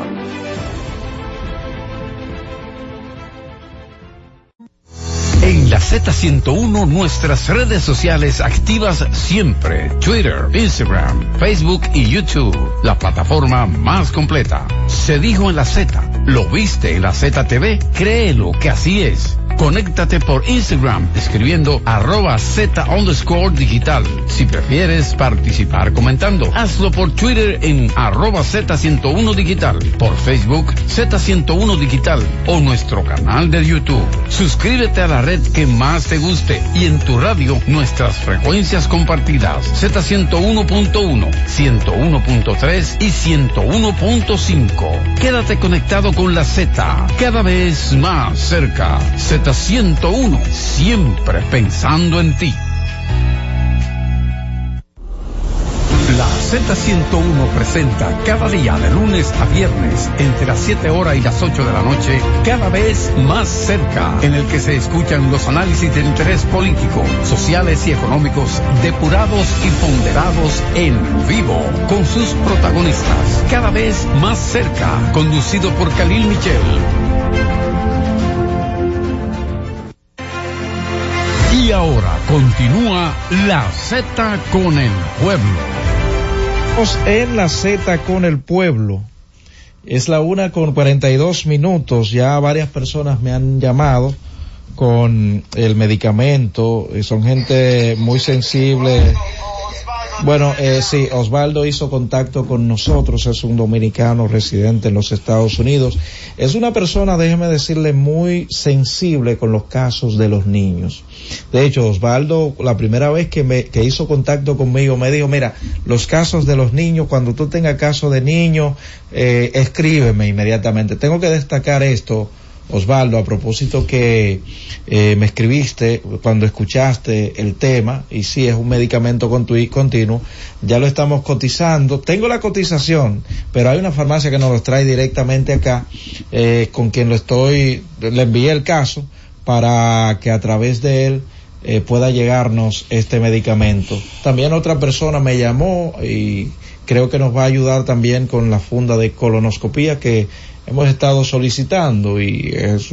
En la Z101 nuestras redes sociales activas siempre. Twitter, Instagram, Facebook y YouTube. La plataforma más completa. Se dijo en la Z. ¿Lo viste en la ZTV? Créelo que así es. Conéctate por Instagram escribiendo @Z_digital. Si prefieres participar comentando, hazlo por Twitter en @Z101 digital, por Facebook Z101 digital o nuestro canal de YouTube. Suscríbete a la red que más te guste y en tu radio nuestras frecuencias compartidas Z101.1, 101.3 y 101.5. Quédate conectado con la Z, cada vez más cerca. Z101, siempre pensando en ti. La Z101 presenta cada día de lunes a viernes entre las 7 horas y las 8 de la noche, cada vez más cerca, en el que se escuchan los análisis de interés político, sociales y económicos depurados y ponderados en vivo, con sus protagonistas. Cada vez más cerca, conducido por Khalil Michel. Y ahora continúa la Z con el pueblo. En la Z con el pueblo. Es la 1:42. Ya varias personas me han llamado con el medicamento. Son gente muy sensible. Bueno, sí, Osvaldo hizo contacto con nosotros, es un dominicano residente en los Estados Unidos. Es una persona, déjeme decirle, muy sensible con los casos de los niños. De hecho, Osvaldo, la primera vez que hizo contacto conmigo, me dijo, mira, los casos de los niños, cuando tú tengas caso de niños, escríbeme inmediatamente. Tengo que destacar esto, Osvaldo, a propósito que me escribiste cuando escuchaste el tema, y sí, es un medicamento continuo, ya lo estamos cotizando. Tengo la cotización, pero hay una farmacia que nos lo trae directamente acá, con quien le envié el caso para que a través de él pueda llegarnos este medicamento. También otra persona me llamó y creo que nos va a ayudar también con la funda de colonoscopía que hemos estado solicitando, y es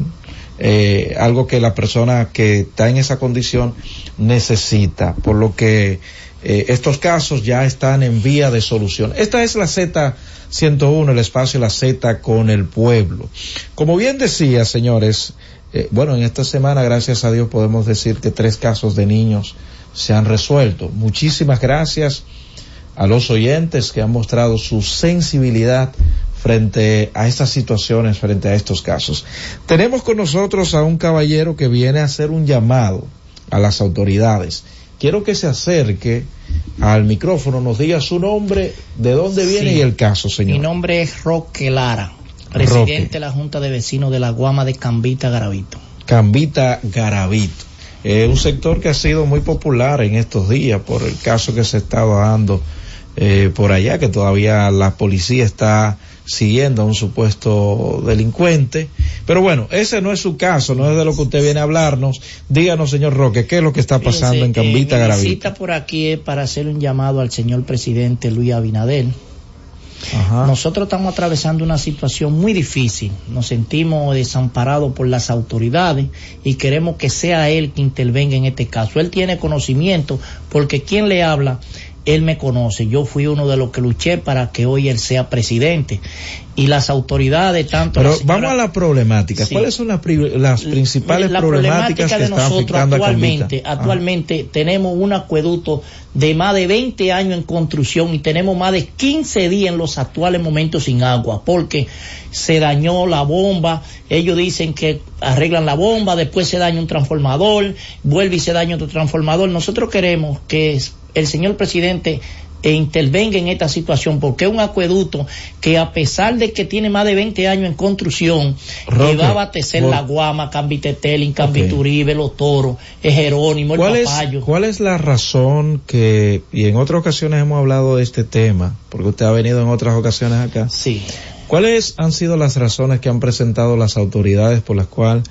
algo que la persona que está en esa condición necesita, por lo que estos casos ya están en vía de solución. Esta es la Z101, el espacio La Z con el pueblo. Como bien decía, señores, en esta semana, gracias a Dios, podemos decir que 3 casos de niños se han resuelto. Muchísimas gracias a los oyentes que han mostrado su sensibilidad frente a estas situaciones, frente a estos casos. Tenemos con nosotros a un caballero que viene a hacer un llamado a las autoridades. Quiero que se acerque al micrófono, nos diga su nombre, de dónde viene y el caso, señor. Mi nombre es Roque Lara, presidente de la Junta de Vecinos de la Guama de Cambita, Garavito. Cambita, Garavito. Un sector que ha sido muy popular en estos días por el caso que se estaba dando por allá, que todavía la policía está siguiendo a un supuesto delincuente. Pero bueno, ese no es su caso, no es de lo que usted viene a hablarnos. Díganos, señor Roque, ¿qué es lo que está pasando en Cambita, Garavito? Mi visita por aquí es para hacer un llamado al señor presidente Luis Abinader. Ajá. Nosotros estamos atravesando una situación muy difícil, nos sentimos desamparados por las autoridades y queremos que sea él que intervenga en este caso. Él tiene conocimiento porque quien le habla, él me conoce, yo fui uno de los que luché para que hoy él sea presidente, y las autoridades tanto. Pero vamos a la problemática. Sí. ¿Cuáles son las principales problemáticas que están afectando actualmente, a Cambita? Actualmente tenemos un acueducto de más de 20 años en construcción y tenemos más de 15 días en los actuales momentos sin agua, porque se dañó la bomba. Ellos dicen que arreglan la bomba, después se daña un transformador, vuelve y se daña otro transformador. Nosotros queremos que el señor presidente intervenga en esta situación, porque es un acueducto que, a pesar de que tiene más de 20 años en construcción, que va a abastecer la Guama, Cambitetelin, Cambituribe, Los Toros, Jerónimo, el Papayo. ¿Cuál es la razón que, y en otras ocasiones hemos hablado de este tema, porque usted ha venido en otras ocasiones acá? Sí. ¿Cuáles han sido las razones que han presentado las autoridades por las cuales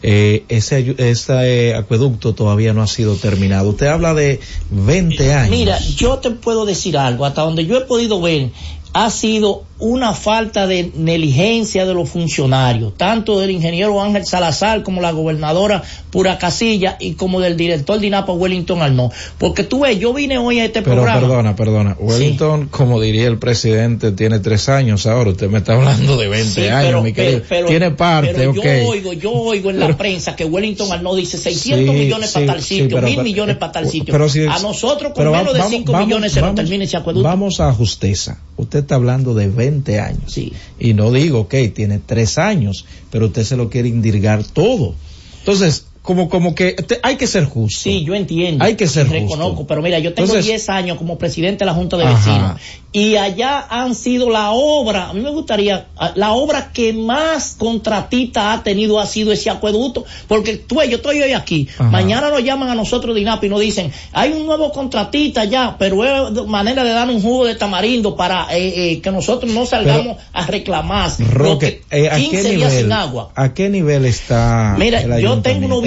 ese acueducto todavía no ha sido terminado? Usted habla de 20 años. Mira, yo te puedo decir algo, hasta donde yo he podido ver, ha sido una falta de negligencia de los funcionarios, tanto del ingeniero Ángel Salazar como la gobernadora Pura Casilla y como del director de INAPA, Wellington Arnaud. Porque tú ves, yo vine hoy a este programa. Perdona. Wellington, sí, como diría el presidente, tiene 3 años ahora. Usted me está hablando de 20 años, mi querido. Tiene parte, pero yo oigo en la prensa que Wellington Arnaud dice 600 millones para tal sitio, 1.000 millones para tal sitio. A nosotros con menos de 5 millones se nos termina ese acueducto. Vamos a justeza. Usted está hablando de 20 años. Sí. Y no digo, tiene 3 años, pero usted se lo quiere indirgar todo. Entonces, como que hay que ser justo. Sí, yo entiendo. Hay que ser reconozco, justo. pero mira, yo tengo 10 años como presidente de la Junta de Vecinos. Y allá han sido la obra, a mí me gustaría, la obra que más contratista ha tenido ha sido ese acueducto, porque yo estoy hoy aquí, mañana nos llaman a nosotros de INAPA y nos dicen, hay un nuevo contratista ya, pero es manera de dar un jugo de tamarindo para que nosotros no salgamos a reclamar. Roque, 15 días sin agua. ¿A qué nivel está? Mira, yo tengo unos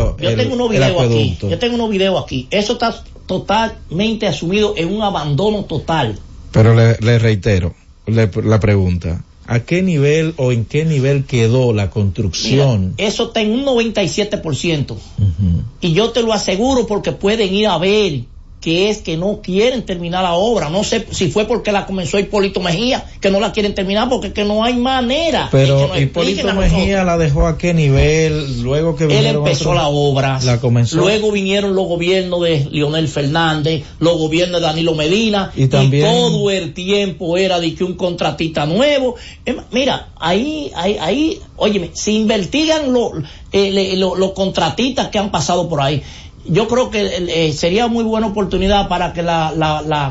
videos aquí, eso está totalmente asumido en un abandono total. Pero le reitero la pregunta. ¿A qué nivel o en qué nivel quedó la construcción? Mira, eso está en un 97%. Y yo te lo aseguro porque pueden ir a ver que es que no quieren terminar la obra. No sé si fue porque la comenzó Hipólito Mejía, que no la quieren terminar porque que no hay manera. Pero Hipólito Mejía la dejó a qué nivel, luego que él empezó la obra, la comenzó. Luego vinieron los gobiernos de Leonel Fernández, los gobiernos de Danilo Medina, y todo el tiempo era de que un contratista nuevo. Mira, ahí, óyeme, se investigan los contratistas que han pasado por ahí. Yo creo que sería muy buena oportunidad para que la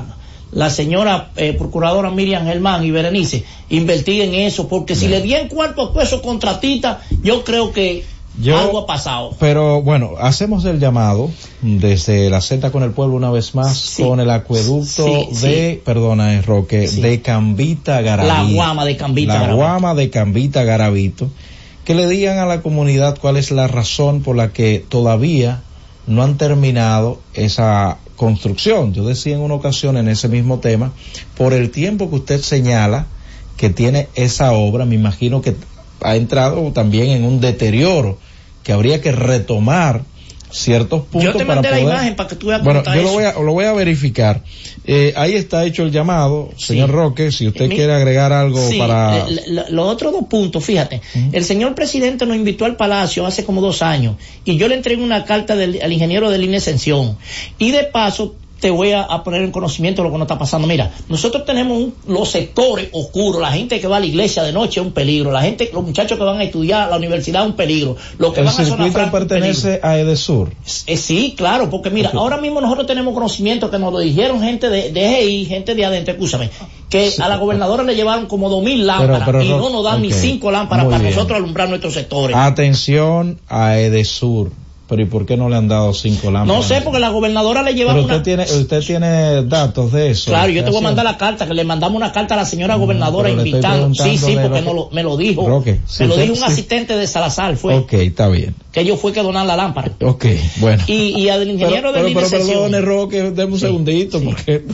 la señora procuradora Miriam Germán y Berenice invertir en eso, porque si le dieran cuarto a esos contratistas, yo creo que algo ha pasado. Pero bueno, hacemos el llamado desde la Z con el pueblo una vez más, con el acueducto perdona, Roque, de Cambita Garavito. La Guama de Cambita Garavito. La Guama de Cambita Garavito, que le digan a la comunidad cuál es la razón por la que todavía no han terminado esa construcción. Yo decía en una ocasión en ese mismo tema, por el tiempo que usted señala que tiene esa obra, me imagino que ha entrado también en un deterioro que habría que retomar ciertos puntos. Yo te mandé la imagen para que tú veas cómo está yo lo voy a verificar. Ahí está hecho el llamado, señor Roque, si usted quiere agregar algo para... Los otros 2 puntos, fíjate. El señor presidente nos invitó al Palacio hace como 2 años y yo le entregué una carta al ingeniero de Línea Extensión. Y de paso, te voy a poner en conocimiento de lo que nos está pasando. Mira, nosotros tenemos los sectores oscuros, la gente que va a la iglesia de noche es un peligro, los muchachos que van a estudiar a la universidad es un peligro, los que van a Zona Franca. ¿El circuito pertenece a Edesur? Sí, claro, porque mira, ahora mismo nosotros tenemos conocimiento que nos lo dijeron gente de EGI, gente de adentro, escúchame, que a la gobernadora le llevaron como 2,000 lámparas y no nos dan ni 5 lámparas para nosotros alumbrar nuestros sectores. Atención a Edesur. Pero ¿y por qué no le han dado 5 lámparas? No sé, porque la gobernadora le lleva Pero usted tiene datos de eso. Claro, yo te voy a mandar la carta, que le mandamos una carta a la señora gobernadora invitando. Sí, porque me lo dijo. Roque, me lo dijo un asistente de Salazar, fue. Ok, está bien. Que ellos fue que donar la lámpara. Ok, bueno. Y al ingeniero de Línea Extensión. Pero perdone, Roque, déme un segundito, porque...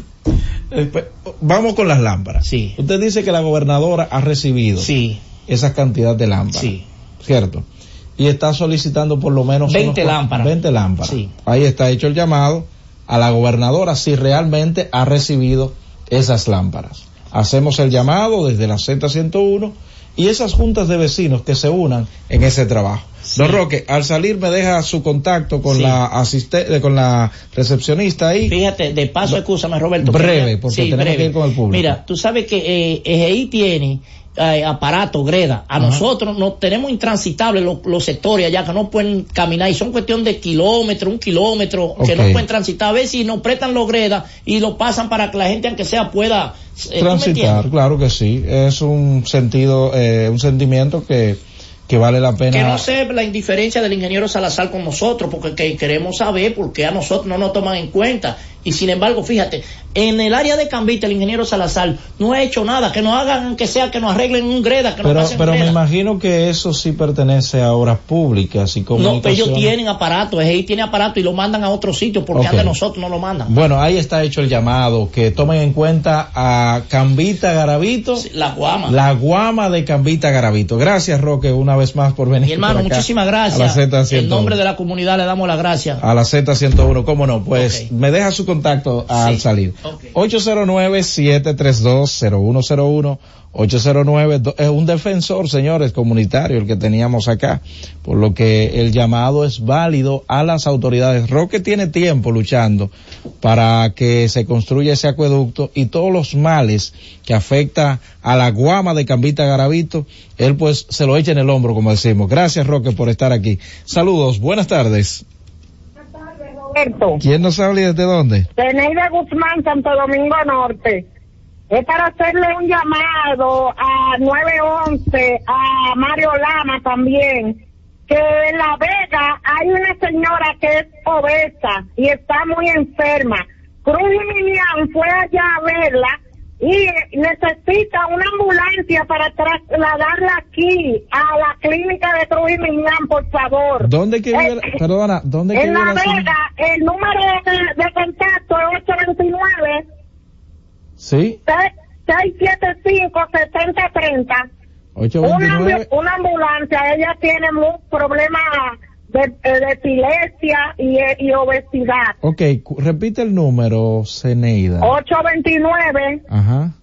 Vamos con las lámparas. Sí. Usted dice que la gobernadora ha recibido esa cantidad de lámparas. Sí. ¿Cierto? Y está solicitando por lo menos 20 lámparas. 20 lámparas. Sí. Ahí está hecho el llamado a la gobernadora si realmente ha recibido esas lámparas. Hacemos el llamado desde la Z101 y esas juntas de vecinos que se unan en ese trabajo. Don Roque, al salir me deja su contacto con con la recepcionista ahí. Fíjate, de paso, escúchame, Roberto. Breve, porque tenemos que ir con el público. Mira, tú sabes que EGI tiene aparato, greda. A nosotros nos tenemos intransitables los sectores allá que no pueden caminar y son cuestión de kilómetros, 1 kilómetro que no pueden transitar. A ver si nos prestan los gredas y lo pasan para que la gente, aunque sea, pueda transitar. Claro que sí. Es un sentido, un sentimiento que vale la pena. Que no sé la indiferencia del ingeniero Salazar con nosotros, porque queremos saber por qué a nosotros no nos toman en cuenta. Y sin embargo, fíjate, en el área de Cambita el ingeniero Salazar no ha hecho nada, que nos hagan, aunque sea que nos arreglen un greda, que nos pasen pero greda. Me imagino que eso sí pertenece a obras públicas y comunicaciones. No, ellos tienen aparato, EGI tiene aparato y lo mandan a otro sitio, porque a nosotros no lo mandan. Bueno, ahí está hecho el llamado, que tomen en cuenta a Cambita Garavito. Sí, la Guama. La Guama de Cambita Garavito. Gracias, Roque, una vez más por venir. Mi hermano, muchísimas gracias. En nombre de la comunidad le damos las gracias. A la Z101, cómo no, pues me deja su contacto al salir. 809-732-0101. 809, es un defensor, señores, comunitario el que teníamos acá, por lo que el llamado es válido a las autoridades. Roque tiene tiempo luchando para que se construya ese acueducto y todos los males que afecta a la Guama de Cambita Garavito, él pues se lo echa en el hombro, como decimos. Gracias, Roque, por estar aquí. Saludos, buenas tardes. Roberto. ¿Quién nos habla y desde dónde? Teneida Guzmán, Santo Domingo Norte. Es para hacerle un llamado a 911, a Mario Lama también, que en La Vega hay una señora que es obesa y está muy enferma. Cruz y Milian fue allá a verla y necesita una ambulancia para trasladarla aquí a la clínica de Cruz y Milian, por favor. ¿Dónde que vive? Perdona, ¿dónde que vive? En La Vega, el número de contacto es 829. ¿Sí? 675-7030. Una ambulancia. Ella tiene un problema de epilepsia y obesidad. Ok, repite el número, Zeneida. 829. Ajá.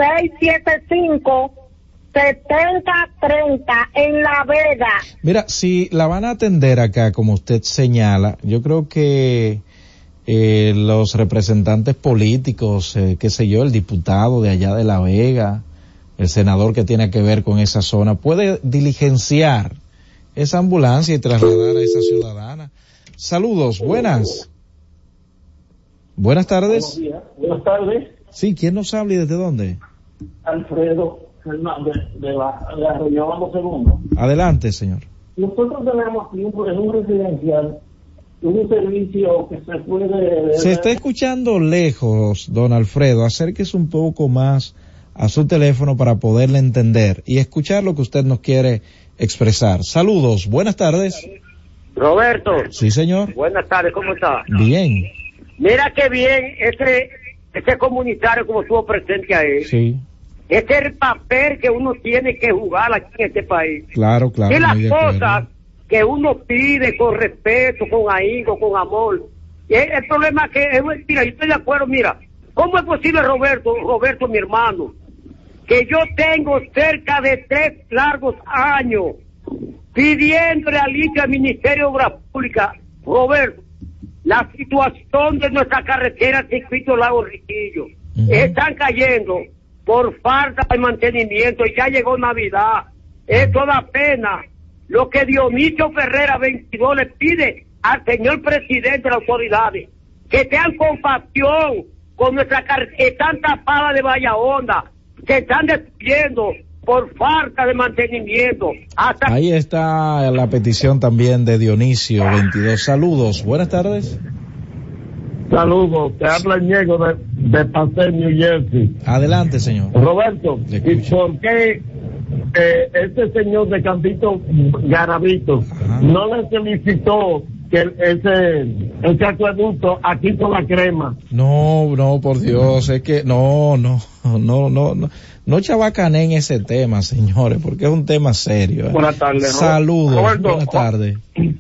675-7030 en La Vega. Mira, si la van a atender acá, como usted señala, yo creo que los representantes políticos, qué sé yo, el diputado de allá de La Vega, el senador que tiene que ver con esa zona, puede diligenciar esa ambulancia y trasladar a esa ciudadana. Saludos, buenas. Buenas tardes. Buenos días. Buenas tardes. Sí, ¿quién nos habla y desde dónde? Alfredo Fernández de Arroyo Vamos Segundo. Adelante, señor. Nosotros tenemos aquí en un residencial un servicio que se puede... Se está escuchando lejos, don Alfredo. Acérquese un poco más a su teléfono para poderle entender y escuchar lo que usted nos quiere expresar. Saludos, buenas tardes. Roberto. Sí, señor. Buenas tardes, ¿cómo está? Bien. Mira qué bien ese comunitario como estuvo presente ahí. Sí. Ese es el papel que uno tiene que jugar aquí en este país. Claro, claro. Y las cosas que uno pide con respeto, con ahínco, con amor. Y el problema es que, mira, yo estoy de acuerdo, mira, ¿cómo es posible, Roberto, mi hermano, que yo tengo cerca de 3 largos años pidiéndole al Ministerio de Obras Públicas, Roberto, la situación de nuestra carretera Circuito Lago Riquillo, están cayendo por falta de mantenimiento y ya llegó Navidad, esto da pena. Lo que Dionisio Ferrera 22 le pide al señor presidente de las autoridades, que tengan compasión con nuestra carretera, que están tapadas de valla honda, se están destruyendo por falta de mantenimiento. Ahí está la petición también de Dionisio 22. Saludos, buenas tardes. Saludos, te habla Ñego de Paseo, New Jersey. Adelante, señor. Roberto, ¿y por qué este señor de Campito Garavito no le solicitó que ese acueducto aquí con la crema? No, por Dios, es que no chabacaneen ese tema, señores, porque es un tema serio. Buenas tardes. Saludos, Roberto, buenas tardes.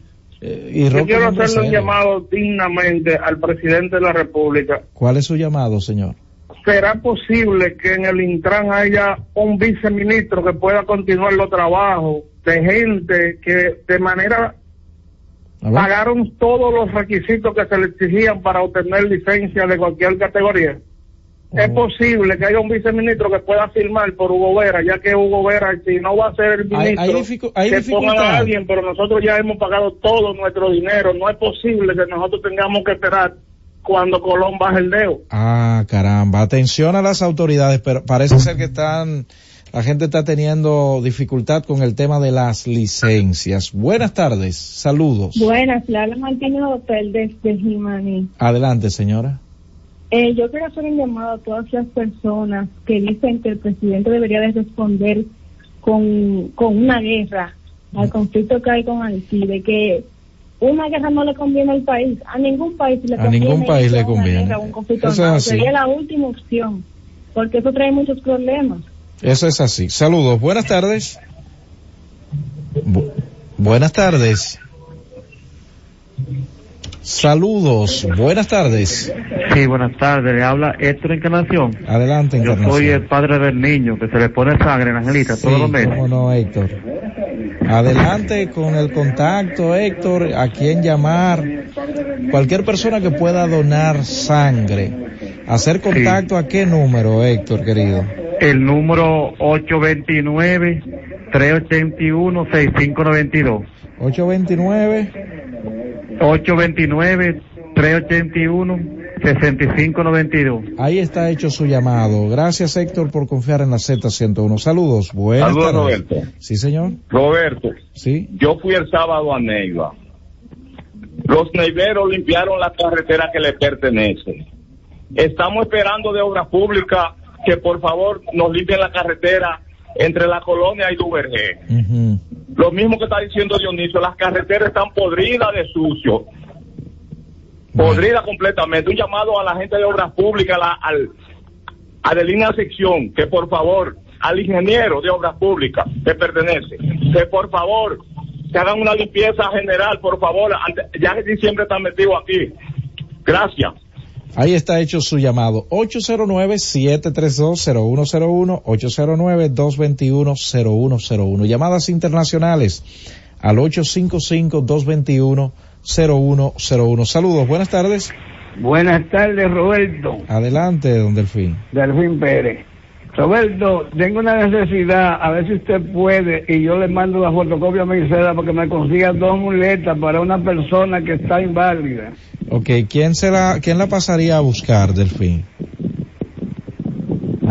Yo quiero hacerle un llamado dignamente al presidente de la República. ¿Cuál es su llamado, señor? ¿Será posible que en el Intran haya un viceministro que pueda continuar los trabajos de gente que de manera pagaron todos los requisitos que se le exigían para obtener licencia de cualquier categoría? Es posible que haya un viceministro que pueda firmar por Hugo Vera, ya que Hugo Vera, si no va a ser el ministro, que ponga a alguien, pero nosotros ya hemos pagado todo nuestro dinero. No es posible que nosotros tengamos que esperar cuando Colón baje el dedo. Ah, caramba. Atención a las autoridades, pero parece ser que la gente está teniendo dificultad con el tema de las licencias. Buenas tardes, saludos. Buenas, le habla Martínez Hotel desde Jimaní. Adelante, señora. Yo quiero hacer un llamado a todas las personas que dicen que el presidente debería de responder con una guerra al conflicto que hay con Haití, de que una guerra no le conviene al país, a ningún país le conviene. A ningún país le conviene. Guerra, un conflicto armado. Sería la última opción, porque eso trae muchos problemas. Eso es así. Saludos, buenas tardes. Buenas tardes. Saludos, buenas tardes. Sí, buenas tardes, le habla Héctor Encarnación. Adelante, Encarnación. Yo soy el padre del niño que se le pone sangre en Angelita todos los meses. Cómo no, Héctor. Adelante con el contacto, Héctor, a quién llamar. Cualquier persona que pueda donar sangre. Hacer contacto, ¿a qué número, Héctor, querido? El número 829-381-6592. 829-381-6592. Ahí está hecho su llamado. Gracias, Héctor, por confiar en la Z101. Saludos. Buenas tardes. Roberto. Sí, señor. Roberto. Sí. Yo fui el sábado a Neiva. Los neiveros limpiaron la carretera que le pertenece. Estamos esperando de Obras Públicas que por favor nos limpien la carretera entre la Colonia y Duvergé. Lo mismo que está diciendo Dionisio, las carreteras están podridas de sucio. Podrida completamente. Un llamado a la gente de Obras Públicas, a de línea sección, que por favor, al ingeniero de Obras Públicas que pertenece, que por favor se hagan una limpieza general, por favor. Ya en diciembre están metidos aquí. Gracias. Ahí está hecho su llamado. 809-732-0101, 809-221-0101. Llamadas internacionales al 855-221-0101. Saludos, buenas tardes. Buenas tardes, Roberto. Adelante, don Delfín. Delfín Pérez. Roberto, tengo una necesidad, a ver si usted puede, y yo le mando la fotocopia a mi cédula porque me consiga 2 muletas para una persona que está inválida. Ok, ¿quién la pasaría a buscar, Delfín?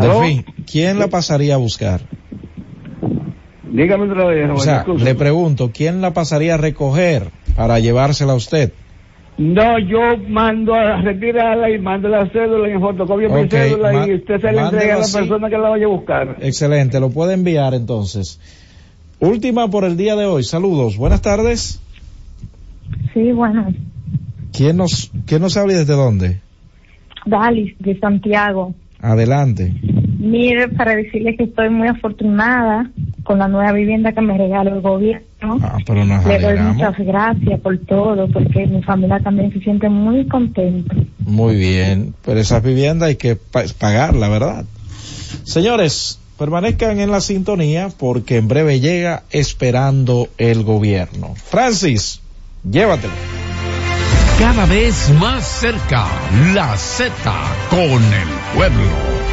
Delfín, ¿quién la pasaría a buscar? Dígame otra vez. O sea, le pregunto, ¿quién la pasaría a recoger para llevársela a usted? No, yo mando a retirarla y mando la cédula y fotocopio mi cédula y usted se la entrega a la persona que la vaya a buscar. Excelente, lo puede enviar entonces. Última por el día de hoy, saludos, buenas tardes. Sí, bueno. ¿Quién nos habla y desde dónde? Dalis, de Santiago. Adelante. Mire, para decirle que estoy muy afortunada con la nueva vivienda que me regaló el gobierno. Pero nos Le doy alegramos. muchas gracias por todo, porque mi familia también se siente muy contenta. Muy bien, pero esas viviendas hay que pagarla, ¿verdad? Señores, permanezcan en la sintonía porque en breve llega Esperando el Gobierno. Francis, llévatelo. Cada vez más cerca, la Z con el pueblo.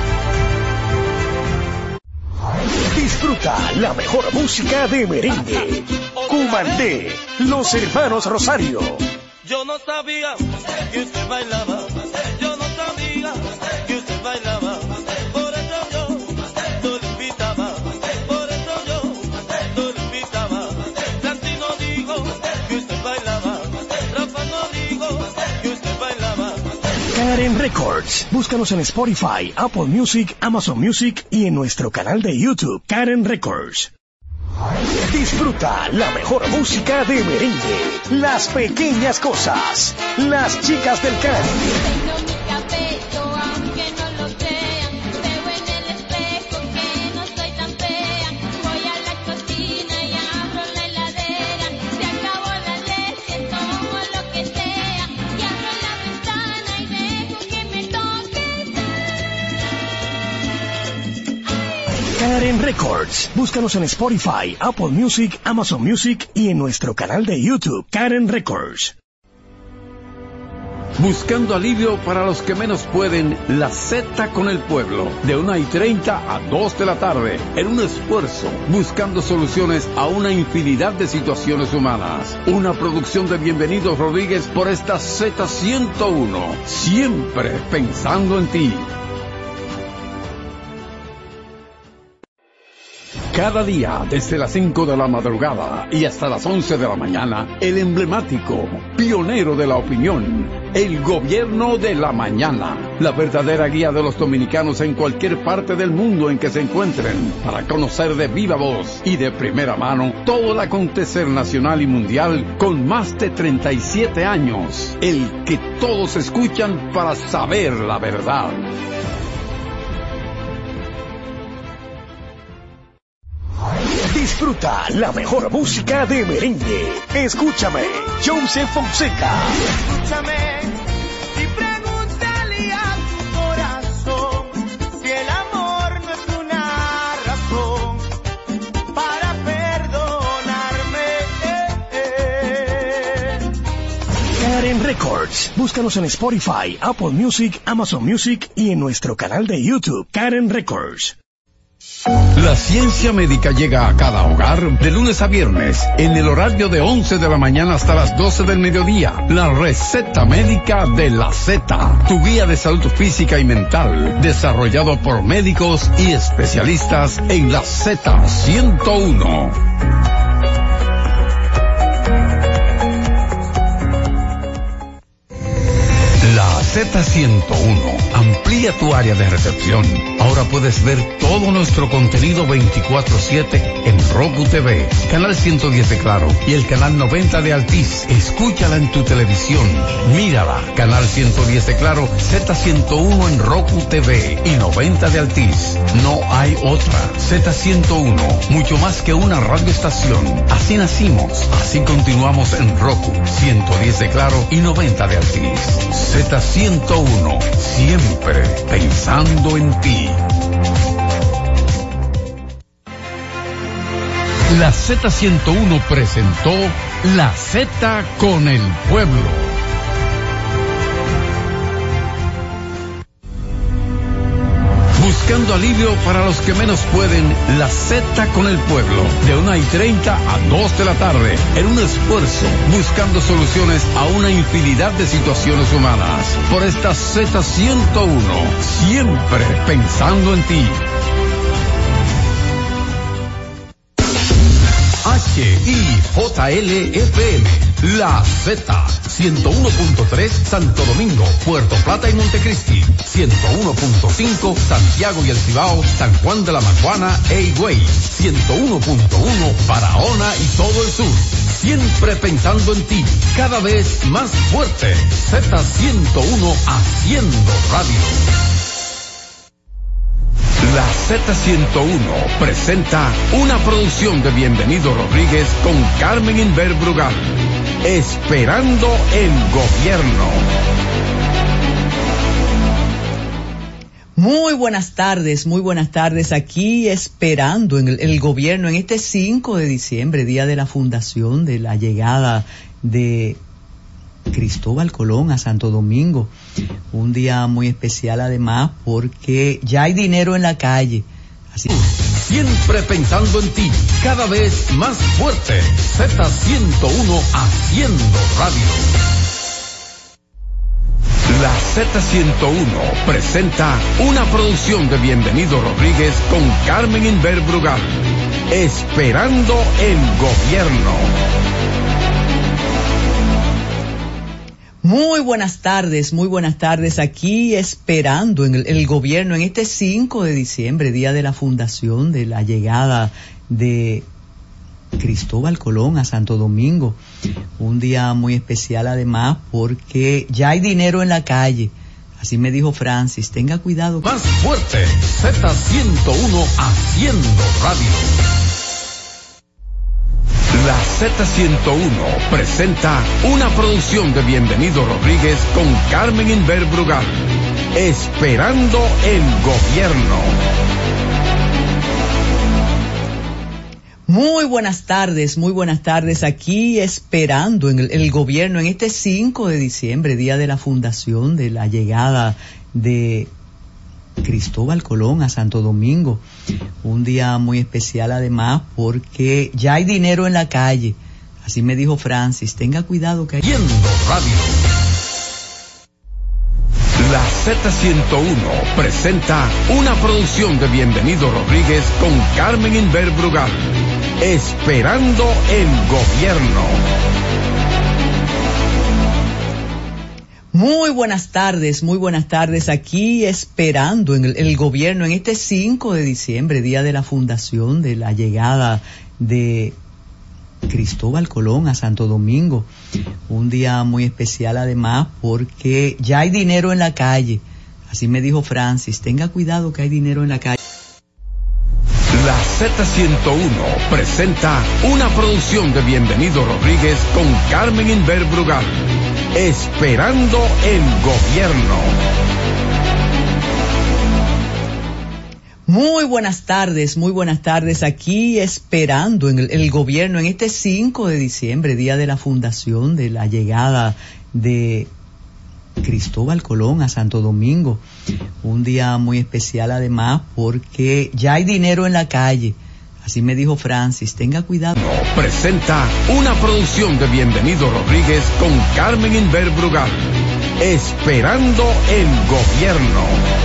Disfruta la mejor música de merengue. Cumandé, los hermanos Rosario. Yo no sabía que usted bailaba, yo no sabía que usted bailaba, por eso yo lo invitaba, por eso yo lo invitaba. Santino dijo que usted bailaba, Rafa no dijo que usted bailaba. Karen Records. Búscanos en Spotify, Apple Music, Amazon Music y en nuestro canal de YouTube, Karen Records. Disfruta la mejor música de merengue. Las pequeñas cosas. Las chicas del Caribe. Karen Records. Búscanos en Spotify, Apple Music, Amazon Music y en nuestro canal de YouTube, Karen Records. Buscando alivio para los que menos pueden, la Z con el pueblo, de 1:30 a 2 de la tarde, en un esfuerzo, buscando soluciones a una infinidad de situaciones humanas. Una producción de Bienvenidos Rodríguez por esta Z101, siempre pensando en ti. Cada día, desde las 5 de la madrugada y hasta las 11 de la mañana, el emblemático, pionero de la opinión, el Gobierno de la Mañana, la verdadera guía de los dominicanos en cualquier parte del mundo en que se encuentren, para conocer de viva voz y de primera mano todo el acontecer nacional y mundial con más de 37 años, el que todos escuchan para saber la verdad. Disfruta la mejor música de merengue. Escúchame, Joseph Fonseca. Escúchame y pregúntale a tu corazón si el amor no es una razón para perdonarme. Karen Records. Búscanos en Spotify, Apple Music, Amazon Music y en nuestro canal de YouTube, Karen Records. La ciencia médica llega a cada hogar de lunes a viernes en el horario de 11 de la mañana hasta las 12 del mediodía. La receta médica de la Z, tu guía de salud física y mental, desarrollado por médicos y especialistas en la Z101. La Z101 amplía tu área de recepción. Ahora puedes ver todo nuestro contenido 24/7 en Roku TV, canal 110 de Claro y el canal 90 de Altiz. Escúchala en tu televisión, mírala, canal 110 de Claro, Z101 en Roku TV y 90 de Altiz. No hay otra. Z101, mucho más que una radioestación. Así nacimos, así continuamos en Roku, 110 de Claro y 90 de Altiz. Z101, siempre pensando en ti. La Z101 presentó La Z con el pueblo. buscando alivio para los que menos pueden. La Z con el pueblo, de 1:30 a 2 de la tarde, en un esfuerzo buscando soluciones a una infinidad de situaciones humanas. Por esta Z101, siempre pensando en ti. HIJLFM, La Z, 101.3 Santo Domingo, Puerto Plata y Montecristi, 101.5 Santiago y El Cibao, San Juan de la Maguana e Higüey, 101.1 Barahona y todo el sur. Siempre pensando en ti, cada vez más fuerte. Z101 haciendo radio. La Z101 presenta una producción de Bienvenido Rodríguez con Carmen Inver Brugal. Esperando el gobierno. Muy buenas tardes. Aquí esperando en el gobierno en este 5 de diciembre, día de la fundación, de la llegada de Cristóbal Colón a Santo Domingo. Un día muy especial además porque ya hay dinero en la calle. Así. Siempre pensando en ti, cada vez más fuerte. Z101 haciendo radio. La Z101 presenta una producción de Bienvenido Rodríguez con Carmen Inver Brugal. Esperando el gobierno. Muy buenas tardes. Aquí esperando en el gobierno en este 5 de diciembre, día de la fundación, de la llegada de Cristóbal Colón a Santo Domingo. Un día muy especial además porque ya hay dinero en la calle. Así me dijo Francis, tenga cuidado. Más fuerte, Z101 haciendo radio. La Z101 presenta una producción de Bienvenido Rodríguez con Carmen Inver Brugal. Esperando el gobierno. Muy buenas tardes. Aquí esperando en el gobierno en este 5 de diciembre, día de la fundación, de la llegada de Cristóbal Colón a Santo Domingo. Un día muy especial además porque ya hay dinero en la calle. Así me dijo Francis, tenga cuidado que hay... Viendo radio. La Z101 presenta una producción de Bienvenido Rodríguez con Carmen Inver Brugal. Esperando el gobierno. Muy buenas tardes. Aquí esperando en el gobierno en este 5 de diciembre, día de la fundación, de la llegada de Cristóbal Colón a Santo Domingo. Un día muy especial además porque ya hay dinero en la calle. Así me dijo Francis, tenga cuidado que hay dinero en la calle. La Z101 presenta una producción de Bienvenido Rodríguez con Carmen Inver Brugal. Esperando el gobierno. Muy buenas tardes. Aquí esperando en el gobierno en este 5 de diciembre, día de la fundación, de la llegada de Cristóbal Colón a Santo Domingo. Un día muy especial además porque ya hay dinero en la calle. Así me dijo Francis, tenga cuidado. Presenta una producción de Bienvenido Rodríguez con Carmen Inver Brugal. Esperando el gobierno.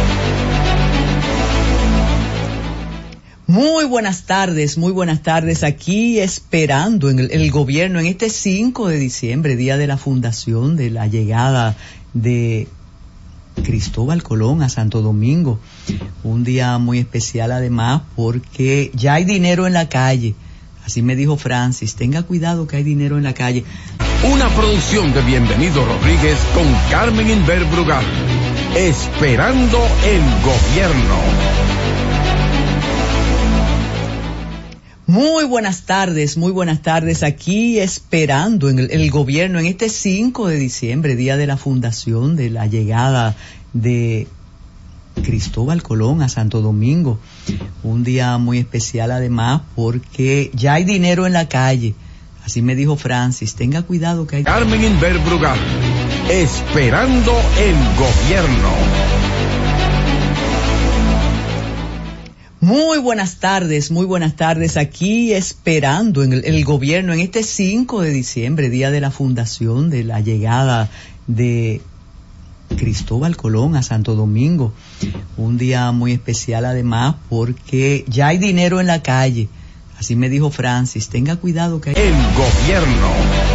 Muy buenas tardes. Aquí esperando en el gobierno en este 5 de diciembre, día de la fundación, de la llegada de Cristóbal Colón a Santo Domingo. Un día muy especial además porque ya hay dinero en la calle. Así me dijo Francis, tenga cuidado que hay dinero en la calle. Una producción de Bienvenido Rodríguez con Carmen Inver Brugal. Esperando el gobierno. Muy buenas tardes. Aquí esperando en el gobierno en este 5 de diciembre, día de la fundación, de la llegada de Cristóbal Colón a Santo Domingo. Un día muy especial además porque ya hay dinero en la calle. Así me dijo Francis, tenga cuidado que hay... Carmen Inver Brugal. Esperando el gobierno. Muy buenas tardes. Aquí esperando en el gobierno en este 5 de diciembre, día de la fundación, de la llegada de Cristóbal Colón a Santo Domingo. Un día muy especial además porque ya hay dinero en la calle. Así me dijo Francis, tenga cuidado que hay... El gobierno.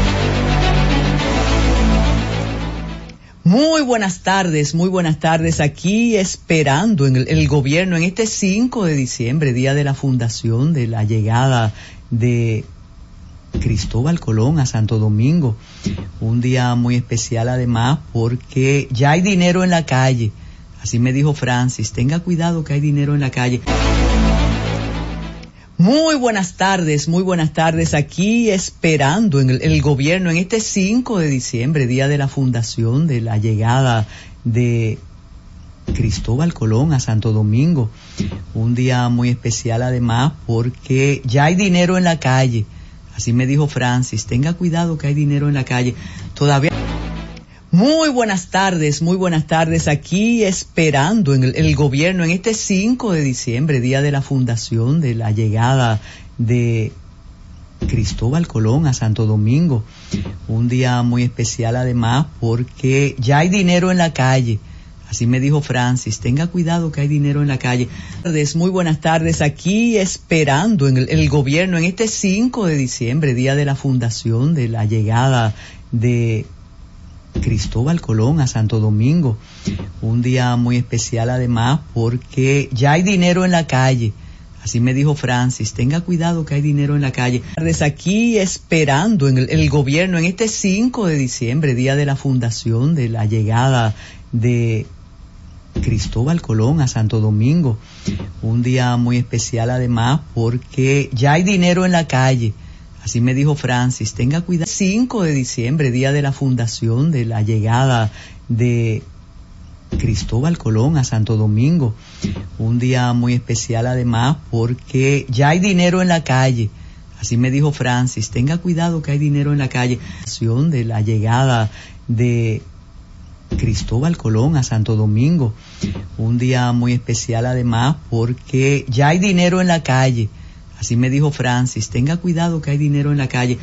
Muy buenas tardes. Aquí esperando en el gobierno en este 5 de diciembre, día de la fundación, de la llegada de Cristóbal Colón a Santo Domingo. Un día muy especial además porque ya hay dinero en la calle. Así me dijo Francis, tenga cuidado que hay dinero en la calle. Muy buenas tardes. Aquí esperando en el gobierno en este 5 de diciembre, día de la fundación, de la llegada de Cristóbal Colón a Santo Domingo. Un día muy especial además porque ya hay dinero en la calle. Así me dijo Francis, tenga cuidado que hay dinero en la calle. Todavía... Muy buenas tardes. Aquí esperando en el gobierno en este 5 de diciembre, día de la fundación, de la llegada de Cristóbal Colón a Santo Domingo. Un día muy especial además porque ya hay dinero en la calle. Así me dijo Francis, tenga cuidado que hay dinero en la calle. Muy buenas tardes. Aquí esperando en el gobierno en este 5 de diciembre, día de la fundación, de la llegada de Cristóbal Colón a Santo Domingo. Un día muy especial además porque ya hay dinero en la calle. Así me dijo Francis, tenga cuidado que hay dinero en la calle. Aquí esperando en el gobierno en este 5 de diciembre, día de la fundación, de la llegada de Cristóbal Colón a Santo Domingo. Un día muy especial además porque ya hay dinero en la calle. Así me dijo Francis, tenga cuidado. 5 de diciembre, día de la fundación, de la llegada de Cristóbal Colón a Santo Domingo. Un día muy especial además porque ya hay dinero en la calle. Así me dijo Francis, tenga cuidado que hay dinero en la calle. De la llegada de Cristóbal Colón a Santo Domingo. Un día muy especial además porque ya hay dinero en la calle. Así me dijo Francis, tenga cuidado que hay dinero en la calle.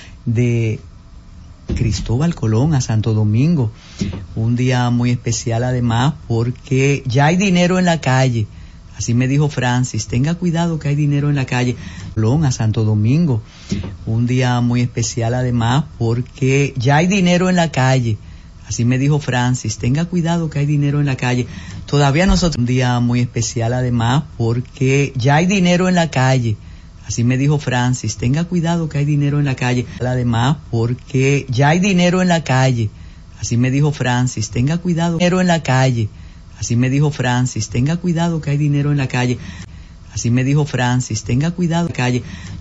De Cristóbal Colón a Santo Domingo. Un día muy especial además porque ya hay dinero en la calle. Así me dijo Francis, tenga cuidado que hay dinero en la calle. Colón a Santo Domingo. Un día muy especial además porque ya hay dinero en la calle. Así me dijo Francis, tenga cuidado que hay dinero en la calle. Todavía nosotros... Un día muy especial además porque ya hay dinero en la calle. Así me dijo Francis, tenga cuidado que hay dinero en la calle. Además porque ya hay dinero en la calle. Así me dijo Francis, tenga cuidado. Dinero en la calle. Así me dijo Francis, tenga cuidado que hay dinero en la calle. Así me dijo Francis, tenga cuidado en la calle.